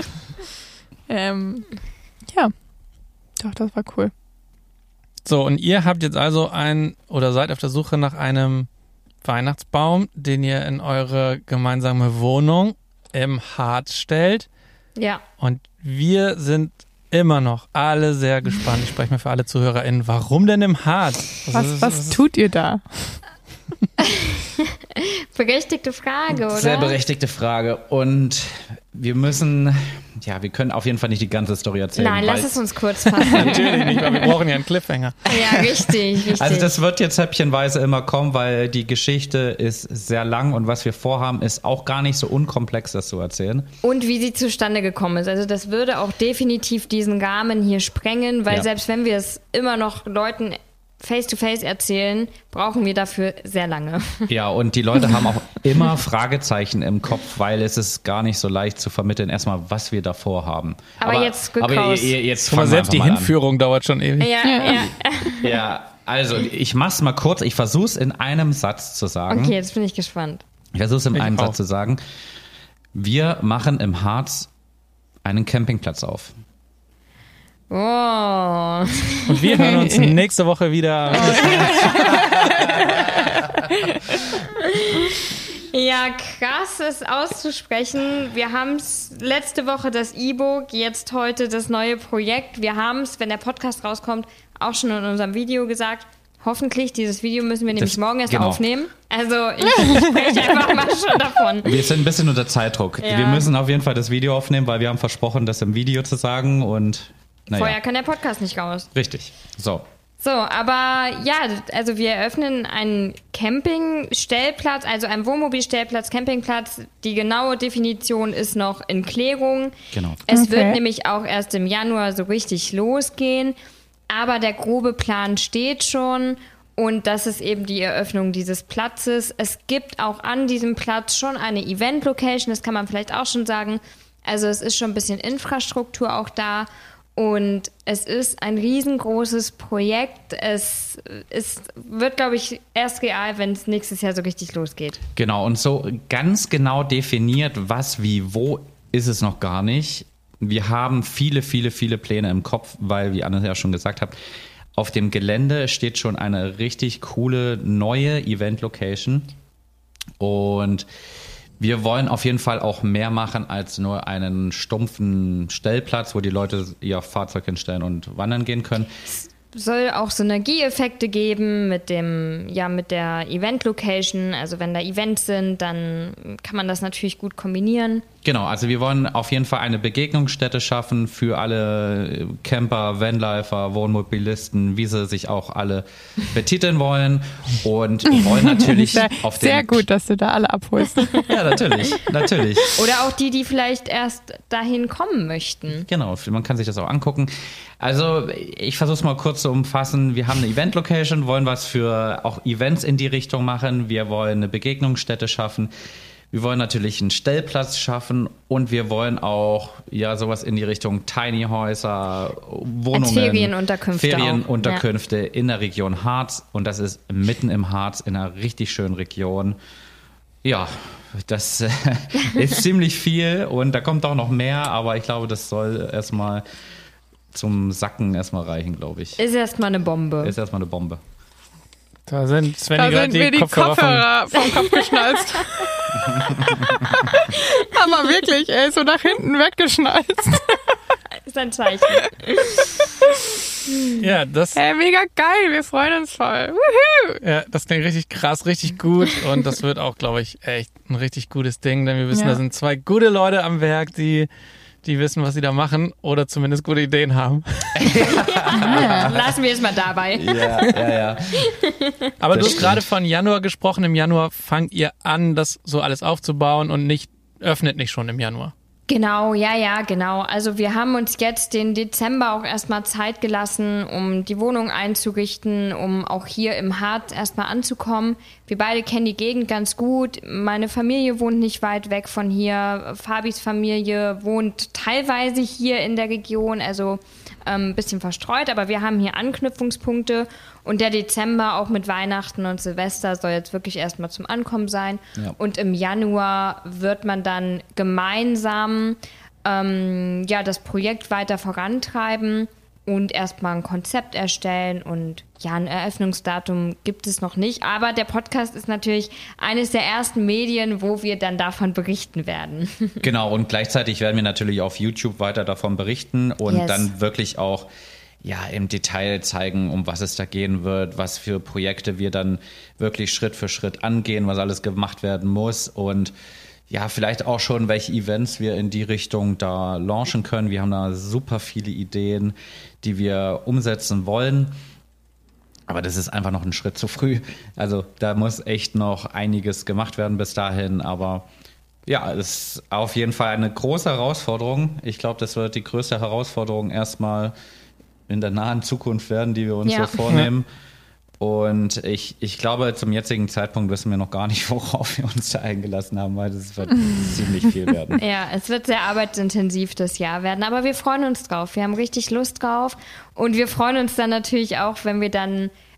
Ja, doch, das war cool. So, und ihr habt jetzt also seid auf der Suche nach einem Weihnachtsbaum, den ihr in eure gemeinsame Wohnung im Harz stellt. Ja. Und wir sind immer noch alle sehr gespannt. Ich spreche mal für alle ZuhörerInnen. Warum denn im Harz? Was tut ihr da? Berechtigte Frage, oder? Sehr berechtigte Frage. Und wir können auf jeden Fall nicht die ganze Story erzählen. Nein, lass weil- es uns kurz fassen. Natürlich nicht, weil wir brauchen ja einen Cliffhanger. Ja, richtig. Also das wird jetzt häppchenweise immer kommen, weil die Geschichte ist sehr lang und was wir vorhaben, ist auch gar nicht so unkomplex, das zu erzählen. Und wie sie zustande gekommen ist. Also das würde auch definitiv diesen Rahmen hier sprengen, weil Ja. selbst wenn wir es immer noch Leuten face-to-face erzählen, brauchen wir dafür sehr lange. Ja, und die Leute haben auch immer Fragezeichen im Kopf, weil es ist gar nicht so leicht zu vermitteln, erstmal, was wir davor haben. Aber jetzt aber Glückhaus. jetzt Guck mal, fangen wir selbst die einfach mal Hinführung dauert schon ewig. Ja. an. Ja, also ich mach's mal kurz. Ich versuch's in einem Satz zu sagen. Okay, jetzt bin ich gespannt. Ich versuch's in Ich einem auch. Satz zu sagen. Wir machen im Harz einen Campingplatz auf. Oh. Und wir hören uns nächste Woche wieder. Ja, krass, es auszusprechen. Wir haben es letzte Woche das E-Book, jetzt heute das neue Projekt. Wir haben es, wenn der Podcast rauskommt, auch schon in unserem Video gesagt. Hoffentlich, dieses Video müssen wir nämlich morgen erst aufnehmen. Also ich spreche einfach mal schon davon. Wir sind ein bisschen unter Zeitdruck. Ja. Wir müssen auf jeden Fall das Video aufnehmen, weil wir haben versprochen, das im Video zu sagen. Und vorher kann der Podcast nicht raus. Richtig. So, aber ja, also wir eröffnen einen Campingstellplatz, also einen Wohnmobilstellplatz, Campingplatz. Die genaue Definition ist noch in Klärung. Genau. Es wird nämlich auch erst im Januar so richtig losgehen. Aber der grobe Plan steht schon und das ist eben die Eröffnung dieses Platzes. Es gibt auch an diesem Platz schon eine Event-Location, das kann man vielleicht auch schon sagen. Also es ist schon ein bisschen Infrastruktur auch da und es ist ein riesengroßes Projekt. Es wird, glaube ich, erst real, wenn es nächstes Jahr so richtig losgeht. Genau, und so ganz genau definiert, was, wie, wo, ist es noch gar nicht. Wir haben viele, viele, viele Pläne im Kopf, weil, wie Anne ja schon gesagt hat, auf dem Gelände steht schon eine richtig coole neue Event-Location. Und wir wollen auf jeden Fall auch mehr machen als nur einen stumpfen Stellplatz, wo die Leute ihr Fahrzeug hinstellen und wandern gehen können. Soll auch Synergieeffekte geben mit der Event-Location. Also wenn da Events sind, dann kann man das natürlich gut kombinieren. Genau, also wir wollen auf jeden Fall eine Begegnungsstätte schaffen für alle Camper, Vanlifer, Wohnmobilisten, wie sie sich auch alle betiteln wollen. Und wir wollen natürlich auf den... Sehr gut, dass du da alle abholst. Ja, natürlich. Oder auch die vielleicht erst dahin kommen möchten. Genau, man kann sich das auch angucken. Also ich versuche es mal kurz zu umfassen. Wir haben eine Event-Location, wollen was für auch Events in die Richtung machen. Wir wollen eine Begegnungsstätte schaffen. Wir wollen natürlich einen Stellplatz schaffen und wir wollen auch sowas in die Richtung Tiny Häuser, Wohnungen, Ferienunterkünfte in der Region Harz. Und das ist mitten im Harz in einer richtig schönen Region. Ja, das ist ziemlich viel und da kommt auch noch mehr, aber ich glaube, das soll erstmal zum Sacken reichen, glaube ich. Ist erstmal eine Bombe. Da sind Sven mir die Kopfhörer vom Kopf geschnalzt. Aber wirklich, ey, so nach hinten weggeschnalzt. Ist ein Zeichen. Ja, mega geil, wir freuen uns voll. Woohoo! Ja, das klingt richtig krass, richtig gut und das wird auch, glaube ich, echt ein richtig gutes Ding, denn wir wissen, da sind zwei gute Leute am Werk, die wissen, was sie da machen oder zumindest gute Ideen haben. Lassen wir es mal dabei. Ja. Aber du hast gerade von Januar gesprochen. Im Januar fangt ihr an, das so alles aufzubauen und öffnet nicht schon im Januar. Genau, genau. Also wir haben uns jetzt den Dezember auch erstmal Zeit gelassen, um die Wohnung einzurichten, um auch hier im Harz erstmal anzukommen. Wir beide kennen die Gegend ganz gut. Meine Familie wohnt nicht weit weg von hier. Fabis Familie wohnt teilweise hier in der Region, also ein bisschen verstreut, aber wir haben hier Anknüpfungspunkte und der Dezember auch mit Weihnachten und Silvester soll jetzt wirklich erstmal zum Ankommen sein. Ja. Und im Januar wird man dann gemeinsam das Projekt weiter vorantreiben und erstmal ein Konzept erstellen und ein Eröffnungsdatum gibt es noch nicht, aber der Podcast ist natürlich eines der ersten Medien, wo wir dann davon berichten werden. Genau, und gleichzeitig werden wir natürlich auf YouTube weiter davon berichten und dann wirklich auch im Detail zeigen, um was es da gehen wird, was für Projekte wir dann wirklich Schritt für Schritt angehen, was alles gemacht werden muss und vielleicht auch schon, welche Events wir in die Richtung da launchen können. Wir haben da super viele Ideen, die wir umsetzen wollen. Aber das ist einfach noch ein Schritt zu früh. Also da muss echt noch einiges gemacht werden bis dahin. Aber es ist auf jeden Fall eine große Herausforderung. Ich glaube, das wird die größte Herausforderung erstmal in der nahen Zukunft werden, die wir uns so vornehmen. Und ich glaube, zum jetzigen Zeitpunkt wissen wir noch gar nicht, worauf wir uns da eingelassen haben, weil das wird ziemlich viel werden. Ja, es wird sehr arbeitsintensiv das Jahr werden, aber wir freuen uns drauf. Wir haben richtig Lust drauf und wir freuen uns dann natürlich auch, wenn wir dann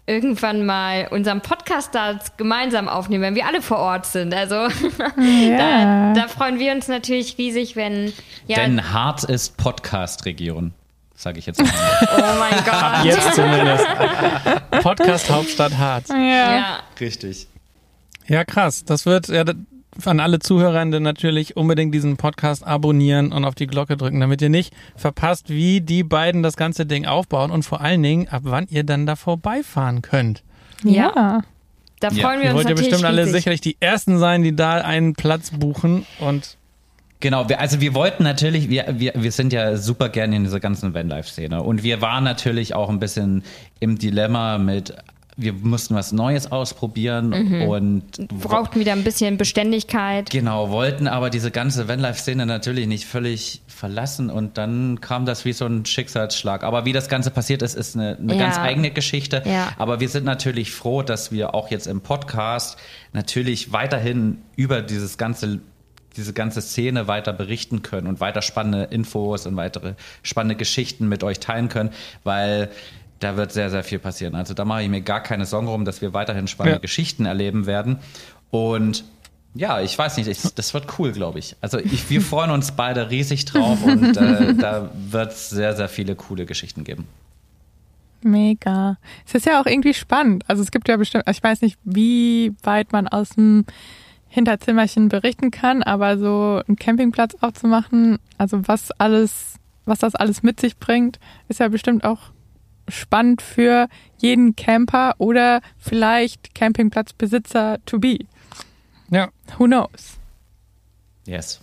irgendwann mal unseren Podcast da gemeinsam aufnehmen, wenn wir alle vor Ort sind. Also da freuen wir uns natürlich riesig, wenn... Ja, denn Harz ist Podcast-Region, sage ich jetzt mal. Oh mein Gott. Jetzt zumindest. Podcast Hauptstadt Harz. Ja. Richtig. Ja, krass. Das wird an alle Zuhörenden natürlich unbedingt diesen Podcast abonnieren und auf die Glocke drücken, damit ihr nicht verpasst, wie die beiden das ganze Ding aufbauen und vor allen Dingen, ab wann ihr dann da vorbeifahren könnt. Ja. Da freuen wir Ihr uns wollt ja natürlich bestimmt alle riesig. sicherlich die Ersten sein, die da einen Platz buchen und Genau, wir wollten natürlich, wir sind ja super gerne in dieser ganzen Vanlife-Szene und wir waren natürlich auch ein bisschen im Dilemma mit, wir mussten was Neues ausprobieren und Brauchten wieder ein bisschen Beständigkeit. genau, wollten aber diese ganze Vanlife-Szene natürlich nicht völlig verlassen und dann kam das wie so ein Schicksalsschlag. Aber wie das Ganze passiert ist, ist eine ganz eigene Geschichte. Ja. Aber wir sind natürlich froh, dass wir auch jetzt im Podcast natürlich weiterhin über diese ganze Szene weiter berichten können und weiter spannende Infos und weitere spannende Geschichten mit euch teilen können, weil da wird sehr, sehr viel passieren. Also da mache ich mir gar keine Sorgen rum, dass wir weiterhin spannende Geschichten erleben werden. Und ja, ich weiß nicht, das wird cool, glaube ich. Also wir freuen uns beide riesig drauf und da wird es sehr, sehr viele coole Geschichten geben. Mega. Es ist ja auch irgendwie spannend. Also es gibt ja bestimmt, ich weiß nicht, wie weit man aus dem Hinterzimmerchen berichten kann, aber so einen Campingplatz aufzumachen, also was das alles mit sich bringt, ist ja bestimmt auch spannend für jeden Camper oder vielleicht Campingplatzbesitzer to be. ja. Who knows? Yes.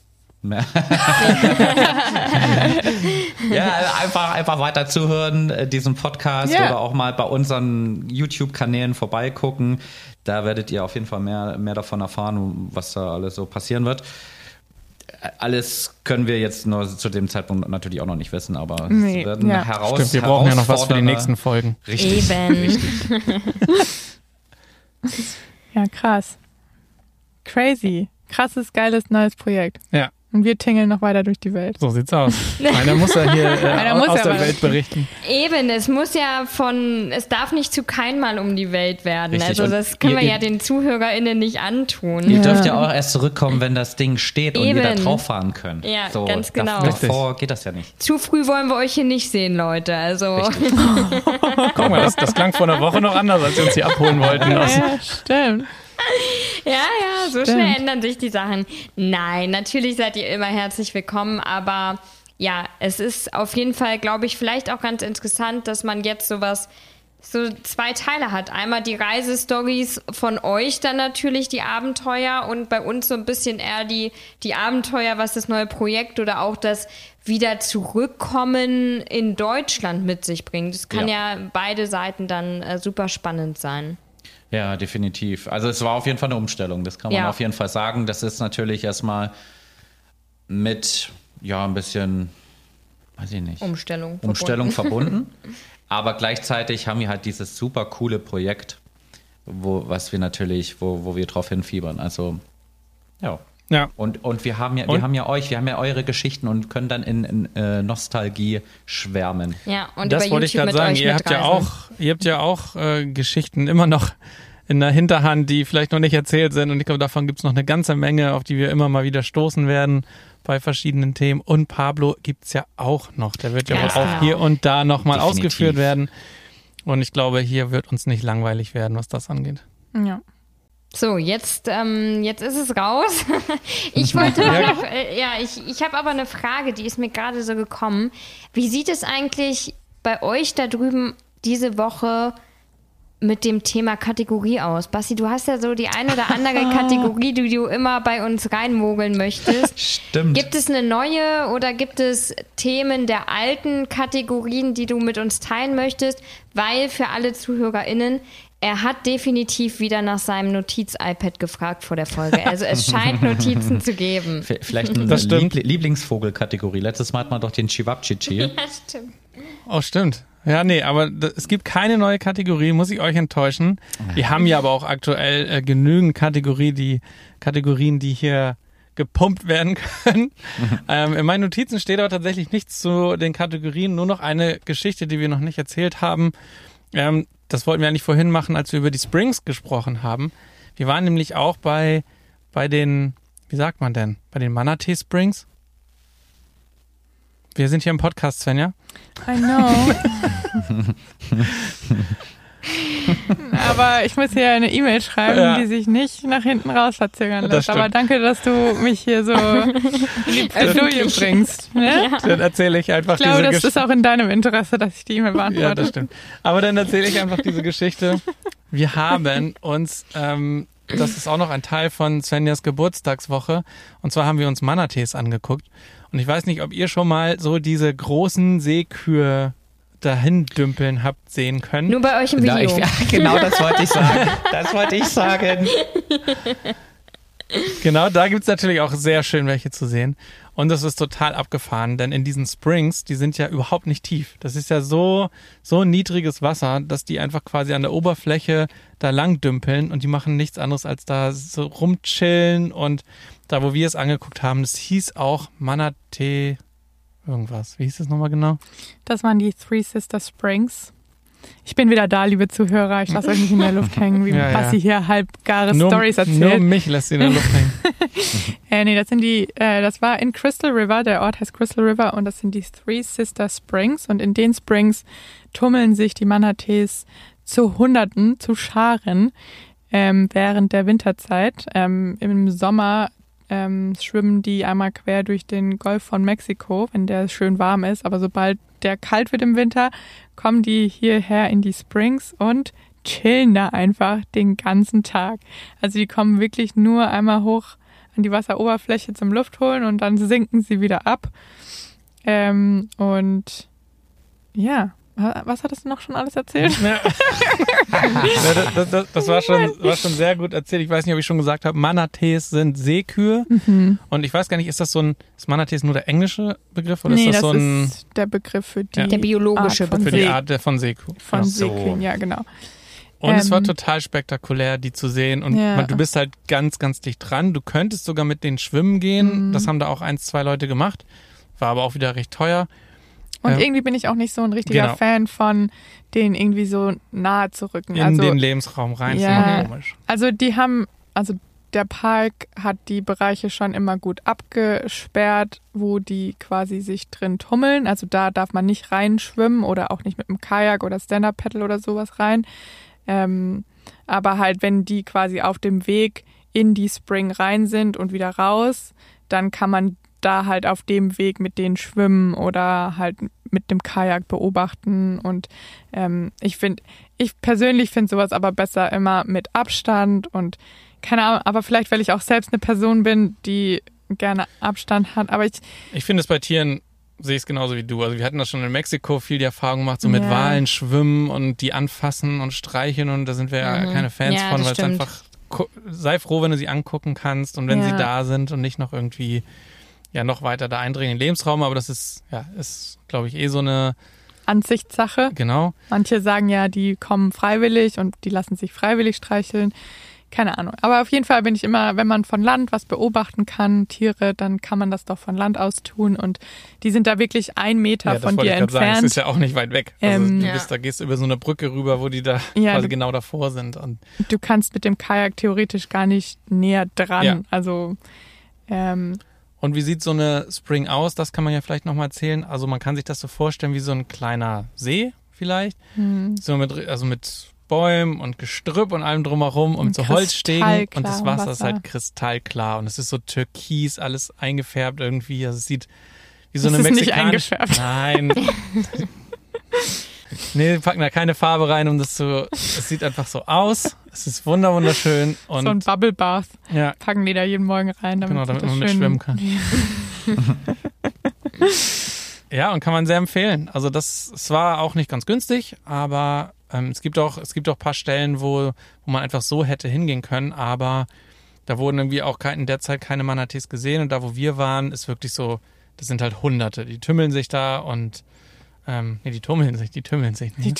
Ja, einfach weiter zuhören, diesem Podcast oder auch mal bei unseren YouTube-Kanälen vorbeigucken. Da werdet ihr auf jeden Fall mehr davon erfahren, was da alles so passieren wird. Alles können wir jetzt nur zu dem Zeitpunkt natürlich auch noch nicht wissen, aber es werden Stimmt, wir brauchen ja noch was für die nächsten Folgen. Richtig. Eben. Ja, krass. Crazy. Krasses, geiles, neues Projekt. Ja, Und wir tingeln noch weiter durch die Welt. so sieht's aus. Einer muss ja hier muss aus ja der was. Welt berichten. Eben, es darf nicht zu keinmal um die Welt werden. Richtig. Also Und das können wir ihr- ja den ZuhörerInnen nicht antun. Ihr dürft ja auch erst zurückkommen, wenn das Ding steht und Eben. ihr da drauf fahren könnt. Ja, ganz genau. Davor geht das ja nicht. Zu früh wollen wir euch hier nicht sehen, Leute. Also Richtig. Guck mal, das klang vor einer Woche noch anders, als wir uns hier abholen wollten. Ja, stimmt. ja, so Stimmt. schnell ändern sich die Sachen. Nein, natürlich seid ihr immer herzlich willkommen, aber ja, es ist auf jeden Fall, glaube ich, vielleicht auch ganz interessant, dass man jetzt so zwei Teile hat. Einmal die Reisestories von euch, dann natürlich die Abenteuer und bei uns so ein bisschen eher die Abenteuer, was das neue Projekt oder auch das wieder zurückkommen in Deutschland mit sich bringt. Das kann ja beide Seiten dann super spannend sein. Ja, definitiv. Also es war auf jeden Fall eine Umstellung, das kann man auf jeden Fall sagen. Das ist natürlich erstmal mit, ein bisschen, weiß ich nicht, Umstellung verbunden. Aber gleichzeitig haben wir halt dieses super coole Projekt, wo wir drauf hinfiebern. Also, ja. Ja. Und wir haben ja euch, wir haben ja eure Geschichten und können dann in Nostalgie schwärmen. Ja, und Das über wollte ich YouTube gerade mit sagen. euch mitreisen. Ihr habt ja auch Geschichten immer noch in der Hinterhand, die vielleicht noch nicht erzählt sind. Und ich glaube, davon gibt es noch eine ganze Menge, auf die wir immer mal wieder stoßen werden bei verschiedenen Themen. Und Pablo gibt es ja auch noch. Der wird ja wohl auch hier und da nochmal Definitiv. ausgeführt werden. Und ich glaube, hier wird uns nicht langweilig werden, was das angeht. Ja. So, jetzt ist es raus. Ich wollte noch, ich habe aber eine Frage, die ist mir gerade so gekommen. Wie sieht es eigentlich bei euch da drüben diese Woche mit dem Thema Kategorie aus? Basti, du hast ja so die eine oder andere Kategorie, die du immer bei uns reinmogeln möchtest. Stimmt. Gibt es eine neue oder gibt es Themen der alten Kategorien, die du mit uns teilen möchtest? Weil für alle ZuhörerInnen, er hat definitiv wieder nach seinem Notiz-iPad gefragt vor der Folge. Also es scheint Notizen zu geben. Vielleicht eine Das stimmt. Lieblingsvogelkategorie. Letztes Mal hat man doch den Chivapchichi. Ja, stimmt. Oh, stimmt. Ja, nee, aber es gibt keine neue Kategorie, muss ich euch enttäuschen. Wir haben ja aber auch aktuell genügend Kategorien, die hier gepumpt werden können. In meinen Notizen steht aber tatsächlich nichts zu den Kategorien, nur noch eine Geschichte, die wir noch nicht erzählt haben. das wollten wir eigentlich vorhin machen, als wir über die Springs gesprochen haben. Wir waren nämlich auch bei den, wie sagt man denn, bei den Manatee Springs. Wir sind hier im Podcast, Svenja. I know. Aber ich muss hier eine E-Mail schreiben, die sich nicht nach hinten raus verzögern lässt. Aber danke, dass du mich hier so in die Bredouille bringst. Ne? Ja. Dann erzähle ich einfach diese Geschichte. Ich glaube, das ist auch in deinem Interesse, dass ich die E-Mail beantworte. Ja, das stimmt. Aber dann erzähle ich einfach diese Geschichte. Wir haben uns, das ist auch noch ein Teil von Svenjas Geburtstagswoche, und zwar haben wir uns Manatees angeguckt. Und ich weiß nicht, ob ihr schon mal so diese großen Seekühe dahin dümpeln habt sehen können. Nur bei euch im Video. Genau, das wollte ich sagen. Genau, da gibt es natürlich auch sehr schön welche zu sehen. Und das ist total abgefahren, denn in diesen Springs, die sind ja überhaupt nicht tief. Das ist ja so niedriges Wasser, dass die einfach quasi an der Oberfläche da lang dümpeln und die machen nichts anderes als da so rumchillen. Und da, wo wir es angeguckt haben, das hieß auch Manatee irgendwas. Wie hieß das nochmal genau? Das waren die Three Sister Springs. Ich bin wieder da, liebe Zuhörer. Ich lasse euch nicht in der Luft hängen, wie Basti hier halbgare Storys erzählt. Nur mich lässt sie in der Luft hängen. Nee, das war in Crystal River. Der Ort heißt Crystal River und das sind die Three Sister Springs. Und in den Springs tummeln sich die Manatees zu Hunderten, zu Scharen während der Winterzeit. Im Sommer schwimmen die einmal quer durch den Golf von Mexiko, wenn der schön warm ist. Aber sobald der kalt wird im Winter, kommen die hierher in die Springs und chillen da einfach den ganzen Tag. Also die kommen wirklich nur einmal hoch an die Wasseroberfläche zum Luftholen und dann sinken sie wieder ab. Und ja, was hattest du noch schon alles erzählt? Ja. Das war schon sehr gut erzählt. Ich weiß nicht, ob ich schon gesagt habe, Manatees sind Seekühe. Mhm. Und ich weiß gar nicht, ist Manatees nur der englische Begriff? Oder ist das so ein... ist der Begriff für die der biologische Begriff. Für die Art von Seekuh. Von Seekühen, ja, genau. Und es war total spektakulär, die zu sehen. Und du bist halt ganz, ganz dicht dran. Du könntest sogar mit denen schwimmen gehen. Das haben da auch 1, 2 Leute gemacht. War aber auch wieder recht teuer. Und irgendwie bin ich auch nicht so ein richtiger Fan von denen irgendwie so nahe zu rücken. In den Lebensraum rein, ist immer komisch. Also der Park hat die Bereiche schon immer gut abgesperrt, wo die quasi sich drin tummeln. Also da darf man nicht reinschwimmen oder auch nicht mit einem Kajak oder Stand-Up-Paddle oder sowas rein. Aber halt, wenn die quasi auf dem Weg in die Spring rein sind und wieder raus, dann kann man da halt auf dem Weg mit denen schwimmen oder halt mit dem Kajak beobachten. Und ich persönlich finde sowas aber besser immer mit Abstand und keine Ahnung, aber vielleicht, weil ich auch selbst eine Person bin, die gerne Abstand hat. Aber ich finde es bei Tieren, sehe ich es genauso wie du. Also wir hatten das schon in Mexiko viel die Erfahrung gemacht, so mit Walen schwimmen und die anfassen und streicheln und da sind wir ja keine Fans von, weil es einfach, sei froh, wenn du sie angucken kannst und wenn sie da sind und nicht noch irgendwie noch weiter da eindringen in den Lebensraum, aber das ist glaube ich, so eine Ansichtssache. Genau. Manche sagen ja, die kommen freiwillig und die lassen sich freiwillig streicheln. Keine Ahnung. Aber auf jeden Fall bin ich immer, wenn man von Land was beobachten kann, Tiere, dann kann man das doch von Land aus tun. Und die sind da wirklich 1 Meter von dir entfernt. Sagen. Das ist ja auch nicht weit weg. Also da gehst du über so eine Brücke rüber, wo die da quasi genau davor sind. Und du kannst mit dem Kajak theoretisch gar nicht näher dran. Ja. Also und wie sieht so eine Spring aus? Das kann man ja vielleicht nochmal erzählen. Also man kann sich das so vorstellen wie so ein kleiner See vielleicht. So mit Bäumen und Gestrüpp und allem drumherum und so Holzstegen. Und das Wasser ist halt kristallklar. Und es ist so türkis, alles eingefärbt irgendwie. Also es sieht wie so eine mexikanische... Nicht eingefärbt. Nein. Nee, packen da keine Farbe rein, es sieht einfach so aus. Es ist wunderschön. Und so ein Bubble Bath packen die da jeden Morgen rein, damit man mitschwimmen kann. Ja, und kann man sehr empfehlen. Also es war auch nicht ganz günstig, aber es gibt auch ein paar Stellen, wo man einfach so hätte hingehen können, aber da wurden irgendwie auch in der Zeit keine Manatees gesehen und da, wo wir waren, ist wirklich so, das sind halt Hunderte, die tümmeln sich da und die tümmeln sich. Die Tümmler.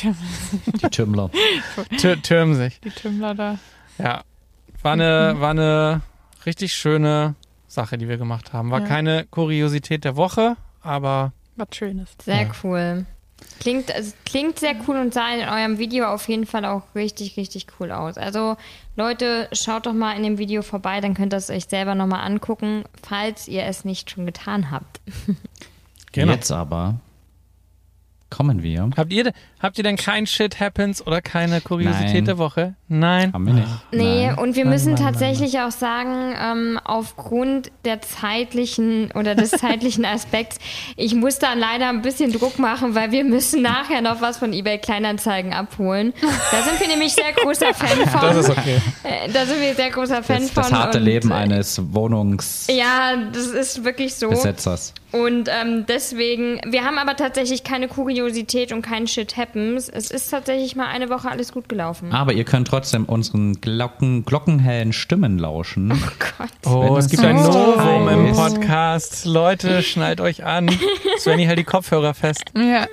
Türmen sich. Die Tümmler da. Ja, war eine richtig schöne Sache, die wir gemacht haben. War keine Kuriosität der Woche, aber was Schönes. Sehr cool. Klingt sehr cool und sah in eurem Video auf jeden Fall auch richtig, richtig cool aus. Also Leute, schaut doch mal in dem Video vorbei, dann könnt ihr es euch selber nochmal angucken, falls ihr es nicht schon getan habt. Genau. Jetzt aber kommen wir. Habt ihr denn kein Shit Happens oder keine Kuriosität Nein. der Woche? Nein. Haben wir nicht. Nee, Nein. und wir müssen Mann, tatsächlich auch sagen, aufgrund des zeitlichen Aspekts, ich muss da leider ein bisschen Druck machen, weil wir müssen nachher noch was von eBay Kleinanzeigen abholen. Da sind wir nämlich sehr großer Fan von. Das ist okay. Da sind wir sehr großer Fan von. Das harte und, Leben eines Wohnungsbesetzers. Ja, das ist wirklich so. Und deswegen, wir haben aber tatsächlich keine Kuriosität und kein Shit Happens. Es ist tatsächlich mal eine Woche alles gut gelaufen. Aber ihr könnt trotzdem unseren glockenhellen Stimmen lauschen. Oh Gott. Oh, es gibt so ein Novum im ist. Podcast. Leute, schnallt euch an. Svenny hält die Kopfhörer fest. Ja.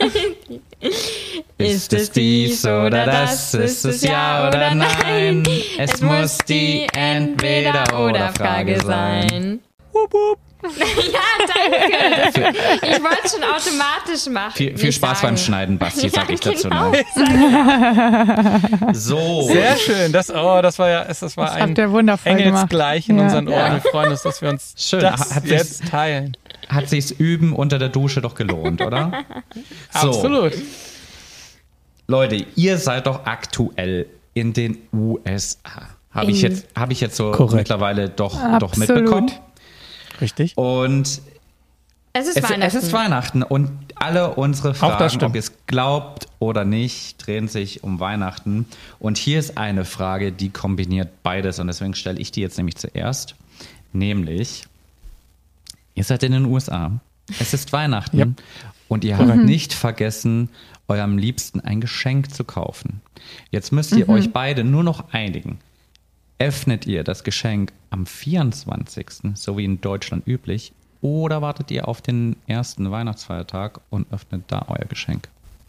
Ist es dies oder das? Ist es ja oder nein? Es muss die Entweder-oder-Frage sein. Wupp, wupp. Ja, danke. Ich wollte es schon automatisch machen. Viel Spaß beim Schneiden, Basti, sag ich dazu genau. noch. So. Sehr schön. Das war ein habt ihr wundervoll Engelsgleich in gemacht. unseren Ohren. Wir freuen uns, dass wir uns Schön. das Hat jetzt teilen. Hat sich's Üben unter der Dusche doch gelohnt, oder? So. Absolut. Leute, ihr seid doch aktuell in den USA. Habe ich jetzt so Korrekt. mittlerweile doch Absolut. mitbekommen. Richtig. Und Es ist Weihnachten. es ist Weihnachten und alle unsere das Fragen, stimmt. ob ihr es glaubt oder nicht, drehen sich um Weihnachten. Und hier ist eine Frage, die kombiniert beides und deswegen stelle ich die jetzt nämlich zuerst. Nämlich, ihr seid in den USA, es ist Weihnachten Yep. und ihr habt nicht vergessen, eurem Liebsten ein Geschenk zu kaufen. Jetzt müsst ihr euch beide nur noch einigen. Öffnet ihr das Geschenk am 24., so wie in Deutschland üblich, oder wartet ihr auf den ersten Weihnachtsfeiertag und öffnet da euer Geschenk?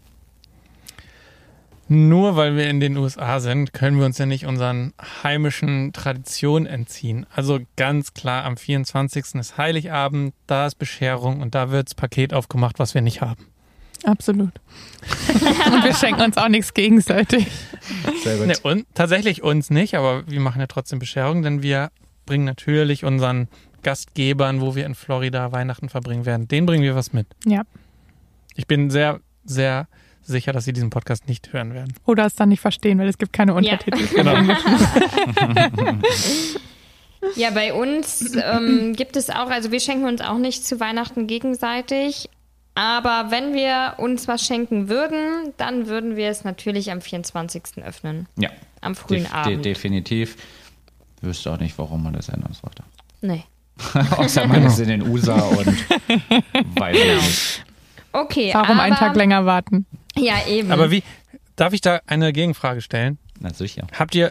Nur weil wir in den USA sind, können wir uns ja nicht unseren heimischen Traditionen entziehen. Also ganz klar, am 24. ist Heiligabend, da ist Bescherung und da wird's Paket aufgemacht, was wir nicht haben. Absolut. Und wir schenken uns auch nichts gegenseitig. Sehr gut. Ne, und tatsächlich uns nicht, aber wir machen ja trotzdem Bescherung, denn wir bringen natürlich unseren Gastgebern, wo wir in Florida Weihnachten verbringen werden, denen bringen wir was mit. Ja. Ich bin sehr, sehr sicher, dass sie diesen Podcast nicht hören werden. Oder es dann nicht verstehen, weil es gibt keine Untertitel. Genau. Ja, bei uns gibt es auch, also wir schenken uns auch nicht zu Weihnachten gegenseitig, aber wenn wir uns was schenken würden, dann würden wir es natürlich am 24. öffnen. Ja. Am frühen Abend. Definitiv. Ich wüsste auch nicht, warum man das ändern sollte. Nee. Außer man ist in den USA und weiß nicht. Okay, Warum aber, einen Tag länger warten? Ja, eben. Aber darf ich da eine Gegenfrage stellen? Na sicher.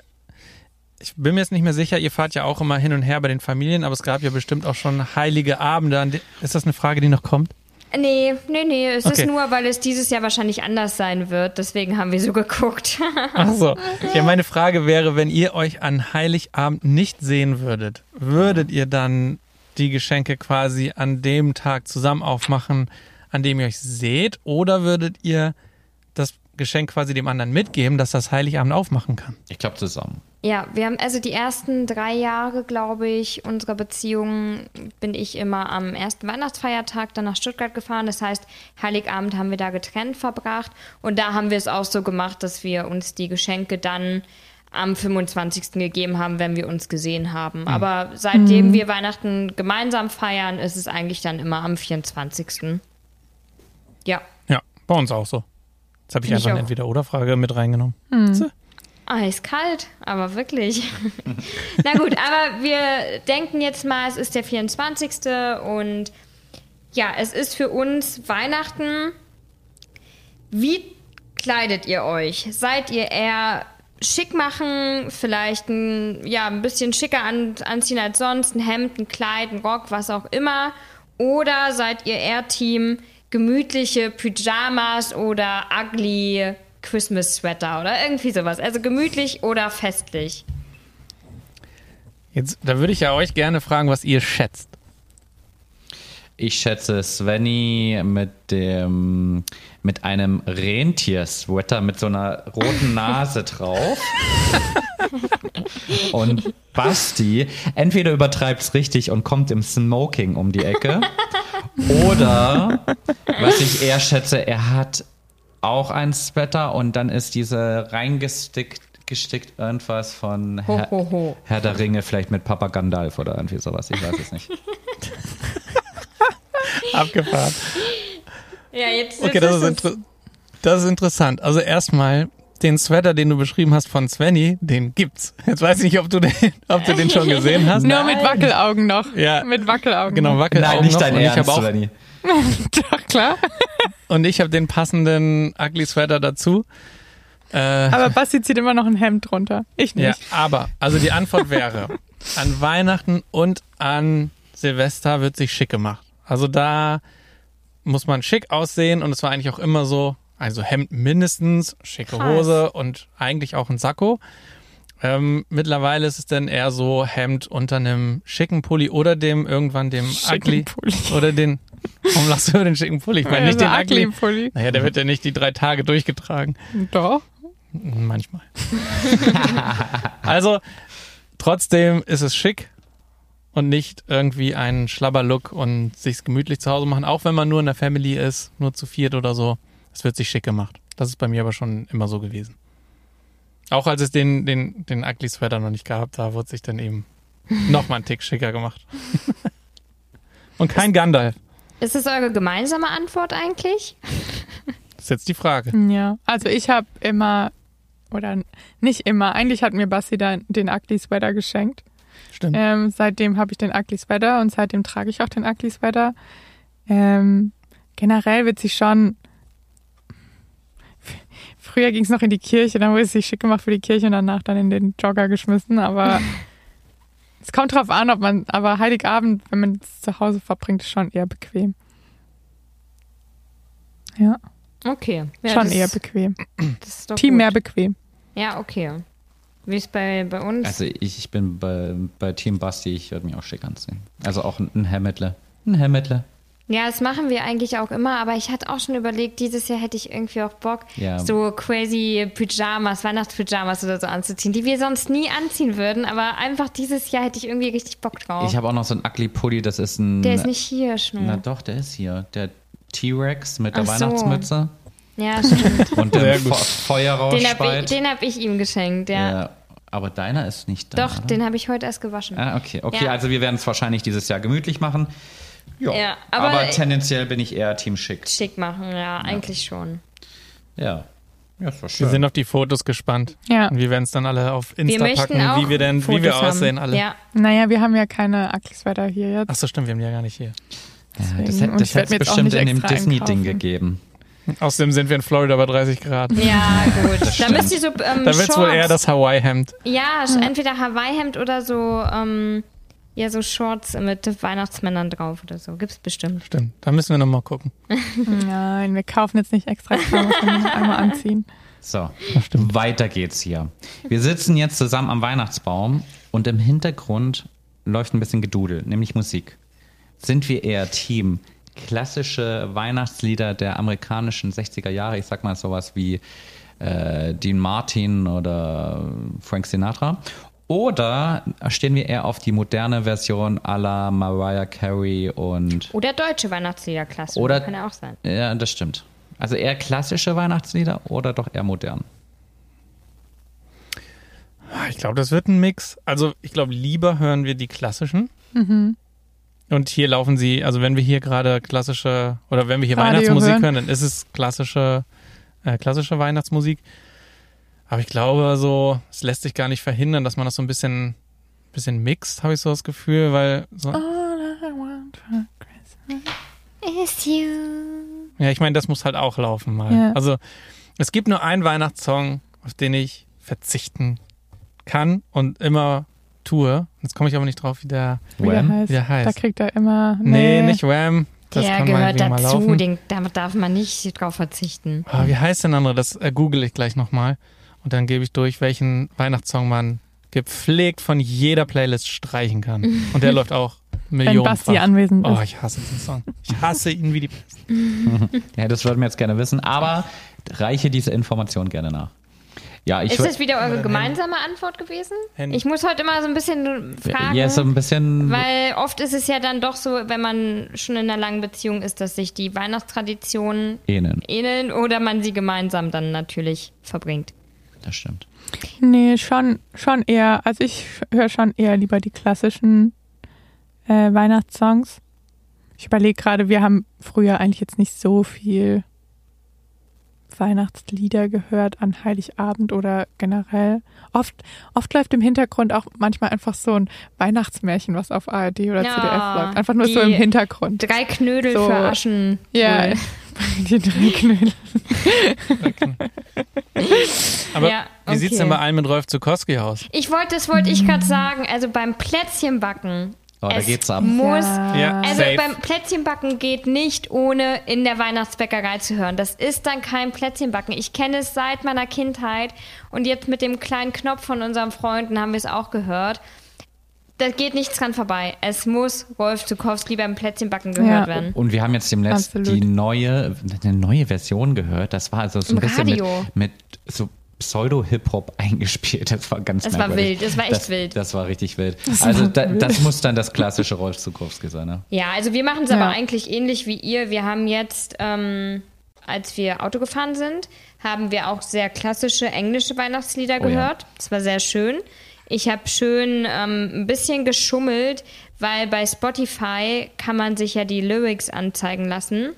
Ich bin mir jetzt nicht mehr sicher, ihr fahrt ja auch immer hin und her bei den Familien, aber es gab ja bestimmt auch schon heilige Abende. Ist das eine Frage, die noch kommt? Nee. Es Okay. ist nur, weil es dieses Jahr wahrscheinlich anders sein wird. Deswegen haben wir so geguckt. Ach so. Ja, meine Frage wäre, wenn ihr euch an Heiligabend nicht sehen würdet, würdet ihr dann die Geschenke quasi an dem Tag zusammen aufmachen, an dem ihr euch seht, oder würdet ihr das Geschenk quasi dem anderen mitgeben, dass das Heiligabend aufmachen kann? Ich glaube zusammen. Ja, wir haben also die ersten 3 Jahre, glaube ich, unserer Beziehung bin ich immer am ersten Weihnachtsfeiertag dann nach Stuttgart gefahren. Das heißt, Heiligabend haben wir da getrennt verbracht. Und da haben wir es auch so gemacht, dass wir uns die Geschenke dann am 25. gegeben haben, wenn wir uns gesehen haben. Aber seitdem wir Weihnachten gemeinsam feiern, ist es eigentlich dann immer am 24. Ja. Ja, bei uns auch so. Jetzt habe ich Find ich einfach eine auch. Entweder-oder-Frage mit reingenommen. So. Eiskalt, aber wirklich. Na gut, aber wir denken jetzt mal, es ist der 24. und ja, es ist für uns Weihnachten. Wie kleidet ihr euch? Seid ihr eher schick machen, vielleicht ein bisschen schicker anziehen als sonst, ein Hemd, ein Kleid, ein Rock, was auch immer? Oder seid ihr eher Team gemütliche Pyjamas oder ugly Christmas Sweater oder irgendwie sowas? Also gemütlich oder festlich? Jetzt, da würde ich ja euch gerne fragen, was ihr schätzt. Ich schätze Svenny mit einem Rentiersweater mit so einer roten Nase drauf. Und Basti entweder übertreibt's richtig und kommt im Smoking um die Ecke. Oder, was ich eher schätze, er hat auch ein Sweater und dann ist diese gestickt irgendwas von Herr der Ringe, vielleicht mit Papa Gandalf oder irgendwie sowas, ich weiß es nicht. Abgefahren. Ja, jetzt Okay, das ist interessant. Also erstmal, den Sweater, den du beschrieben hast von Svenny, den gibt's. Jetzt weiß ich nicht, ob du den schon gesehen hast. Nur mit Wackelaugen noch. Ja. Mit Wackelaugen. Genau, Wackelaugen. Nein, nicht noch. dein Und Ernst, ich habe Svenny. Doch, klar. Und ich habe den passenden Ugly Sweater dazu. Aber Basti zieht immer noch ein Hemd drunter. Ich nicht. Ja, aber, also die Antwort wäre, an Weihnachten und an Silvester wird sich schick gemacht. Also da muss man schick aussehen und es war eigentlich auch immer so, also Hemd mindestens, schicke Krass. Hose und eigentlich auch ein Sakko. Mittlerweile ist es dann eher so Hemd unter einem schicken Pulli oder irgendwann dem Ugly. Pulli. Oder warum lachst du über den schicken Pulli? Ich meine nicht den Ugly. Pulli. Naja, der wird ja nicht die 3 Tage durchgetragen. Doch. Manchmal. Also, trotzdem ist es schick und nicht irgendwie ein Schlabberlook und sich's gemütlich zu Hause machen, auch wenn man nur in der Family ist, nur zu viert oder so. Es wird sich schick gemacht. Das ist bei mir aber schon immer so gewesen. Auch als es den Ugly Sweater noch nicht gab, da wurde sich dann eben nochmal einen Tick schicker gemacht. Und kein Gandalf. Ist das eure gemeinsame Antwort eigentlich? Das ist jetzt die Frage. Ja, also ich habe immer, oder nicht immer, eigentlich hat mir Basti den Ugly Sweater geschenkt. Stimmt. Seitdem habe ich den Ugly Sweater und seitdem trage ich auch den Ugly Sweater. Generell wird sich schon, früher ging es noch in die Kirche, dann wurde es sich schick gemacht für die Kirche und danach dann in den Jogger geschmissen, aber es kommt drauf an, aber Heiligabend, wenn man es zu Hause verbringt, ist schon eher bequem. Ja, Okay. Ja, schon eher bequem. Das ist doch Team gut. mehr bequem. Ja, okay. Wie ist bei uns? Also ich bin bei Team Basti, ich würde mich auch schick anziehen. Also auch ein Hemdle. Ein Hemdle. Ja, das machen wir eigentlich auch immer, aber ich hatte auch schon überlegt, dieses Jahr hätte ich irgendwie auch Bock, Ja. so crazy Pyjamas, Weihnachtspyjamas oder so anzuziehen, die wir sonst nie anziehen würden, aber einfach dieses Jahr hätte ich irgendwie richtig Bock drauf. Ich habe auch noch so einen Ugly Pulli, das ist ein... Der ist nicht hier, Schnur. Na doch, der ist hier. Der T-Rex mit der Ach so. Weihnachtsmütze Ja, stimmt. und Sehr dem gut. Feuerrauschspalt. Den hab ich ihm geschenkt, ja. Ja, aber deiner ist nicht da, Doch, oder? den habe ich heute erst gewaschen. Ah, okay, Ja. also wir werden es wahrscheinlich dieses Jahr gemütlich machen. Ja, aber aber tendenziell bin ich eher Team Schick. Schick machen, ja, eigentlich schon. Ja. Ja, ist doch Wir schön. sind auf die Fotos gespannt. Ja. Und wir werden es dann alle auf Wir Insta möchten packen, auch wie wir Fotos aussehen haben. alle. Ja, Naja, wir haben ja keine Ugly Sweater hier jetzt. Ach so, stimmt, wir haben die ja gar nicht hier. Ja, das Deswegen. Und das ich werd hätte mir es jetzt auch bestimmt nicht in dem extra Disney-Ding einkaufen. gegeben. Außerdem sind wir in Florida bei 30 Grad. ja gut. Da müsst ihr so Da wird es wohl eher das Hawaii-Hemd. Ja, entweder Hawaii-Hemd oder so, so Shorts mit Weihnachtsmännern drauf oder so. Gibt's bestimmt. Stimmt, da müssen wir nochmal gucken. Nein, wir kaufen jetzt nicht extra Kram, was wir noch einmal anziehen. So, weiter geht's hier. Wir sitzen jetzt zusammen am Weihnachtsbaum und im Hintergrund läuft ein bisschen Gedudel, nämlich Musik. Sind wir eher Team klassische Weihnachtslieder der amerikanischen 60er Jahre, ich sag mal sowas wie Dean Martin oder Frank Sinatra, oder stehen wir eher auf die moderne Version à la Mariah Carey und... Oder deutsche Weihnachtsliederklasse. Oder- Kann ja auch sein. Ja, das stimmt. Also eher klassische Weihnachtslieder oder doch eher modern? Ich glaube, das wird ein Mix. Also ich glaube, lieber hören wir die klassischen. Und hier laufen sie, also wenn wir hier gerade klassische, oder wenn wir hier Radio Weihnachtsmusik hören. hören, dann ist es klassische Weihnachtsmusik. Aber ich glaube so, es lässt sich gar nicht verhindern, dass man das so ein bisschen mixt, habe ich so das Gefühl, weil so, All I want for Christmas. Is you. ja, ich meine, das muss halt auch laufen mal. Ja. Also es gibt nur einen Weihnachtssong, auf den ich verzichten kann und immer tue. Jetzt komme ich aber nicht drauf, wie der Wie der Wham? heißt. Wie der heißt. Da kriegt er immer. Nee, nicht Wham. Das Der kann gehört meinetwegen mal dazu, laufen. damit darf man nicht drauf verzichten. Ah, wie heißt denn der andere? Das google ich gleich nochmal. Und dann gebe ich durch, welchen Weihnachtssong man gepflegt von jeder Playlist streichen kann. Und der läuft auch Millionenfach. Basti anwesend ist. Oh, ich hasse diesen Song. Ich hasse ihn wie die Pest. Ja, das würden wir jetzt gerne wissen, aber reiche diese Information gerne nach. Ja, Ist das wieder eure gemeinsame Antwort gewesen? Handy. Ich muss heute immer so ein bisschen fragen, Ja, so ein bisschen. weil oft ist es ja dann doch so, wenn man schon in einer langen Beziehung ist, dass sich die Weihnachtstraditionen ähneln oder man sie gemeinsam dann natürlich verbringt. Das stimmt. Nee, schon eher. Also ich höre schon eher lieber die klassischen Weihnachtssongs. Ich überlege gerade, wir haben früher eigentlich jetzt nicht so viel Weihnachtslieder gehört an Heiligabend oder generell. Oft läuft im Hintergrund auch manchmal einfach so ein Weihnachtsmärchen, was auf ARD oder ZDF läuft. Einfach nur so im Hintergrund. 3 Knödel So. für Aschen. Ja, die 3 Knödel. Aber Ja, wie sieht's denn bei allen mit Rolf Zukowski aus? Das wollte ich gerade sagen. Also beim Plätzchenbacken. Oh, da es geht's ab. muss. Ja, Also safe. beim Plätzchenbacken geht nicht ohne in der Weihnachtsbäckerei zu hören. Das ist dann kein Plätzchenbacken. Ich kenne es seit meiner Kindheit und jetzt mit dem kleinen Knopf von unseren Freunden haben wir es auch gehört. Da geht nichts dran vorbei. Es muss Rolf Zukowski beim Plätzchenbacken gehört werden. Und wir haben jetzt demnächst Absolut. eine neue Version gehört. Das war also so ein Im bisschen Radio. mit so Pseudo-Hip-Hop eingespielt. Das war ganz Das war merkwürdig. wild, das war echt wild. Das war richtig wild. Also das muss dann das klassische Rolf Zukowski sein, ne? Ja, also wir machen es Ja. aber eigentlich ähnlich wie ihr. Wir haben jetzt, als wir Auto gefahren sind, haben wir auch sehr klassische englische Weihnachtslieder Oh ja. gehört. Das war sehr schön. Ich habe schön ein bisschen geschummelt, weil bei Spotify kann man sich ja die Lyrics anzeigen lassen.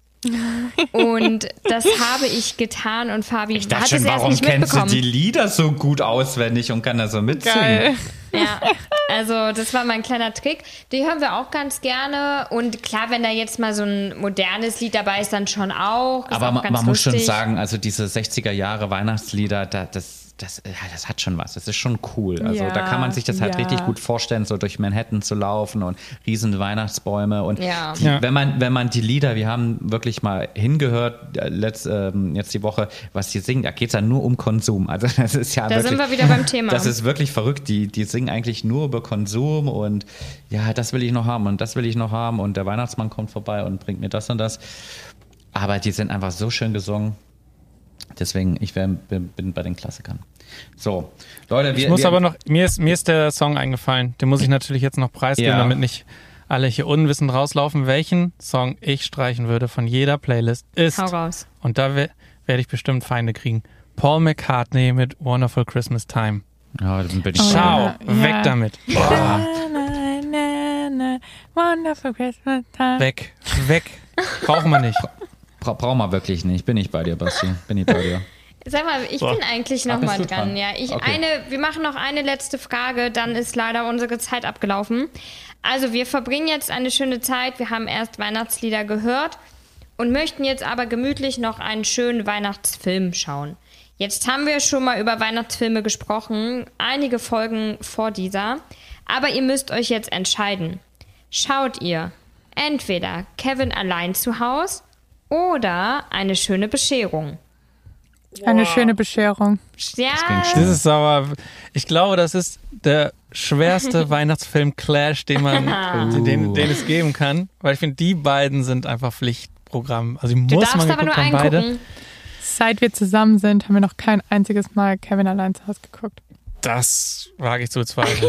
Und das habe ich getan und Fabi Ich hat dachte es schon, erst warum nicht kennst du mitbekommen. die Lieder so gut auswendig und kann da so mitsingen? Geil. Ja, also das war mein kleiner Trick. Die hören wir auch ganz gerne. Und klar, wenn da jetzt mal so ein modernes Lied dabei ist, dann schon auch. Ist Aber auch man ganz muss schon lustig. sagen, also diese 60er Jahre Weihnachtslieder, das hat schon was. Das ist schon cool. Also Ja, da kann man sich das halt ja. richtig gut vorstellen, so durch Manhattan zu laufen und riesen Weihnachtsbäume. Und Ja. Ja. wenn man die Lieder, wir haben wirklich mal hingehört, jetzt die Woche, was die singen, da geht es ja nur um Konsum. Also das ist ja Da wirklich, sind wir wieder beim Thema. das ist wirklich verrückt. Die singen eigentlich nur über Konsum und ja, das will ich noch haben und das will ich noch haben und der Weihnachtsmann kommt vorbei und bringt mir das und das. Aber die sind einfach so schön gesungen. Deswegen, bin bei den Klassikern. So, Leute, Ich muss aber noch, mir ist der Song eingefallen. Den muss ich natürlich jetzt noch preisgeben, Ja. damit nicht alle hier unwissend rauslaufen. Welchen Song ich streichen würde von jeder Playlist ist, Hau raus. und da werde ich bestimmt Feinde kriegen, Paul McCartney mit Wonderful Christmas Time. Ja, dann bin ich Oh, Ciao, ja. weg damit. Na, na, na, wonderful Christmas time. Weg. Brauchen wir nicht. Brauchen wir wirklich nicht. Bin ich bei dir, Basti. Bin ich bei dir. Sag mal, ich So. bin eigentlich noch bist mal du dran. dran? Ja, Okay. wir machen noch eine letzte Frage, dann ist leider unsere Zeit abgelaufen. Also wir verbringen jetzt eine schöne Zeit. Wir haben erst Weihnachtslieder gehört und möchten jetzt aber gemütlich noch einen schönen Weihnachtsfilm schauen. Jetzt haben wir schon mal über Weihnachtsfilme gesprochen, einige Folgen vor dieser, aber ihr müsst euch jetzt entscheiden. Schaut ihr entweder Kevin allein zu Haus oder Eine schöne Bescherung? Eine schöne Bescherung. Ja, klingt Das ist aber, ich glaube, das ist der schwerste Weihnachtsfilm-Clash, den es geben kann, weil ich finde, die beiden sind einfach Pflichtprogramm. Also die du muss man darfst aber nur geguckt haben, einen beide. gucken. Seit wir zusammen sind, haben wir noch kein einziges Mal Kevin allein zu Hause geguckt. Das wage ich zu bezweifeln.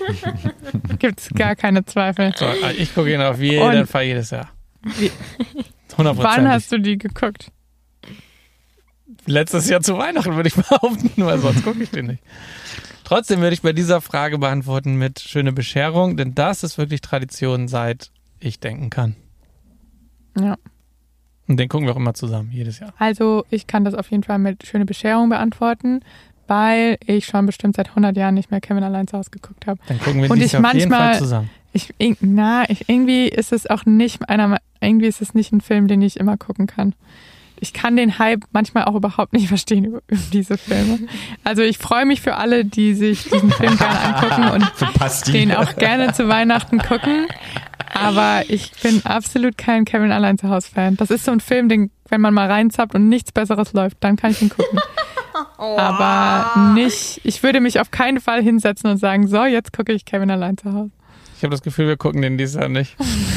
Gibt es gar keine Zweifel. So, ich gucke ihn auf jeden Und- Fall jedes Jahr. Wie- 100%. Wann hast du die geguckt? Letztes Jahr zu Weihnachten, würde ich behaupten, weil sonst gucke ich den nicht. Trotzdem würde ich bei dieser Frage beantworten mit schöne Bescherung, denn das ist wirklich Tradition, seit ich denken kann. Ja. Und den gucken wir auch immer zusammen, jedes Jahr. Also ich kann das auf jeden Fall mit schöne Bescherung beantworten, weil ich schon bestimmt seit 100 Jahren nicht mehr Kevin allein zu Hause geguckt habe. Dann gucken wir Und dieses ich Jahr auf jeden Fall manchmal- zusammen. Irgendwie ist es auch nicht irgendwie ist es nicht ein Film, den ich immer gucken kann. Ich kann den Hype manchmal auch überhaupt nicht verstehen über diese Filme. Also ich freue mich für alle, die sich diesen Film gerne angucken und Basti. den auch gerne zu Weihnachten gucken. Aber ich bin absolut kein Kevin allein zu Hause Fan. Das ist so ein Film, den, wenn man mal reinzappt und nichts Besseres läuft, dann kann ich ihn gucken. Aber nicht, ich würde mich auf keinen Fall hinsetzen und sagen, so, jetzt gucke ich Kevin allein zu Hause. Ich habe das Gefühl, wir gucken den dieses Jahr nicht.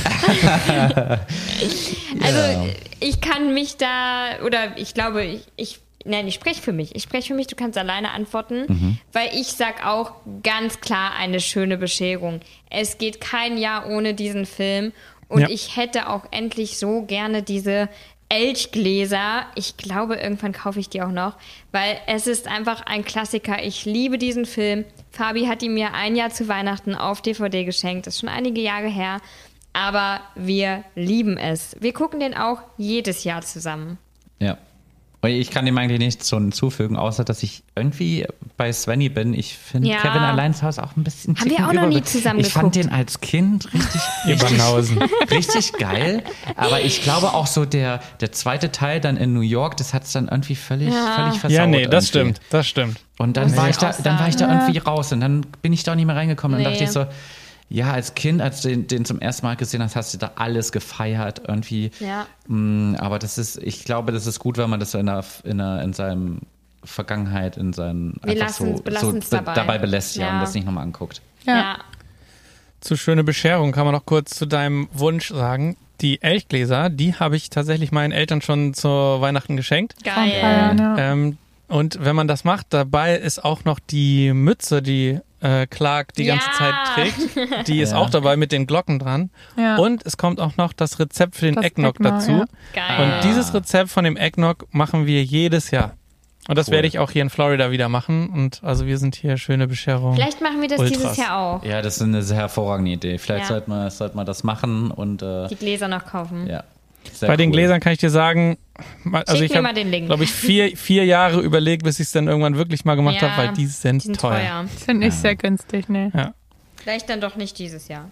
Also ich kann mich da, oder ich glaube, nein, ich spreche für mich. Du kannst alleine antworten, weil ich sag auch ganz klar eine schöne Bescherung. Es geht kein Jahr ohne diesen Film und ich hätte auch endlich so gerne diese Elchgläser. Ich glaube, irgendwann kaufe ich die auch noch, weil es ist einfach ein Klassiker. Ich liebe diesen Film. Fabi hat ihn mir ein Jahr zu Weihnachten auf DVD geschenkt. Das ist schon einige Jahre her, aber wir lieben es. Wir gucken den auch jedes Jahr zusammen. Ja. Ich kann dem eigentlich nichts hinzufügen, außer dass ich irgendwie bei Svenny bin. Ich finde Kevin alleins Haus auch ein bisschen Haben wir auch noch nie zusammen Ich fand den als Kind richtig geil. Aber ich glaube auch so der zweite Teil dann in New York, das hat es dann irgendwie völlig versaut. Ja, nee, das stimmt. Und dann war ich da irgendwie raus und dann bin ich da nicht mehr reingekommen. Und dann dachte ich so, ja, als Kind, als du den zum ersten Mal gesehen hast du da alles gefeiert irgendwie. Ja. Aber ich glaube, das ist gut, wenn man das so in seinem Vergangenheit, in seinen dabei belässt, und das nicht nochmal anguckt. Ja. Zu schöne Bescherung kann man noch kurz zu deinem Wunsch sagen. Die Elchgläser, die habe ich tatsächlich meinen Eltern schon zu Weihnachten geschenkt. Geil. Und wenn man das macht, dabei ist auch noch die Mütze, die Clark die ganze Zeit trägt. Die ist auch dabei mit den Glocken dran. Ja. Und es kommt auch noch das Rezept für den Eggnog dazu. Ja. Geil. Und dieses Rezept von dem Eggnog machen wir jedes Jahr. Und das werde ich auch hier in Florida wieder machen. Und also wir sind hier schöne Bescherung. Vielleicht machen wir das dieses Jahr auch. Ja, das ist eine sehr hervorragende Idee. Vielleicht sollte man das machen und die Gläser noch kaufen. Ja. Bei den Gläsern kann ich dir sagen, also ich habe, glaube ich, 4 Jahre überlegt, bis ich es dann irgendwann wirklich mal gemacht habe, weil die sind teuer. Die sind nicht sehr günstig, ne? Ja. Vielleicht dann doch nicht dieses Jahr.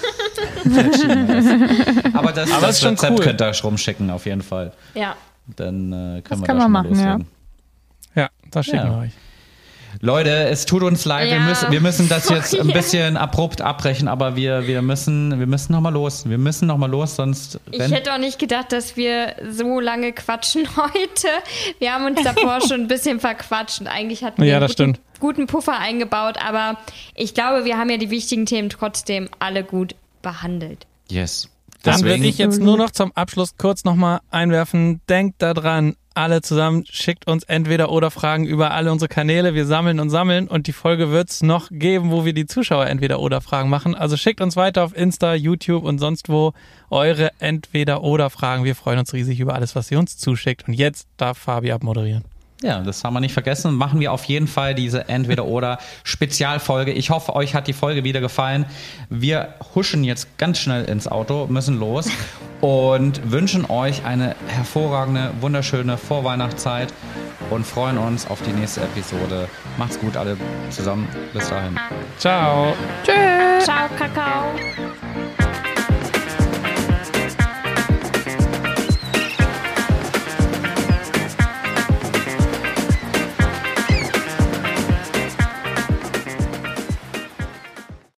Aber das schon Rezept cool. könnt ihr rumschicken, auf jeden Fall. Ja. Dann können wir kann da schon man mal machen, loslegen. Ja, das schicken wir euch. Leute, es tut uns leid, wir müssen das jetzt ein bisschen abrupt abbrechen, aber wir müssen noch mal los. Wir müssen noch mal los, sonst... Ich hätte auch nicht gedacht, dass wir so lange quatschen heute. Wir haben uns davor schon ein bisschen verquatscht und eigentlich hatten wir einen guten Puffer eingebaut, aber ich glaube, wir haben ja die wichtigen Themen trotzdem alle gut behandelt. Yes. Dann würde ich jetzt nur noch zum Abschluss kurz nochmal einwerfen. Denkt daran, alle zusammen, schickt uns entweder oder Fragen über alle unsere Kanäle. Wir sammeln und die Folge wird es noch geben, wo wir die Zuschauer entweder oder Fragen machen. Also schickt uns weiter auf Insta, YouTube und sonst wo eure entweder oder Fragen. Wir freuen uns riesig über alles, was ihr uns zuschickt. Und jetzt darf Fabi abmoderieren. Ja, das haben wir nicht vergessen. Machen wir auf jeden Fall diese Entweder-oder-Spezialfolge. Ich hoffe, euch hat die Folge wieder gefallen. Wir huschen jetzt ganz schnell ins Auto, müssen los und wünschen euch eine hervorragende, wunderschöne Vorweihnachtszeit und freuen uns auf die nächste Episode. Macht's gut alle zusammen. Bis dahin. Ciao. Tschüss. Ciao, Kakao.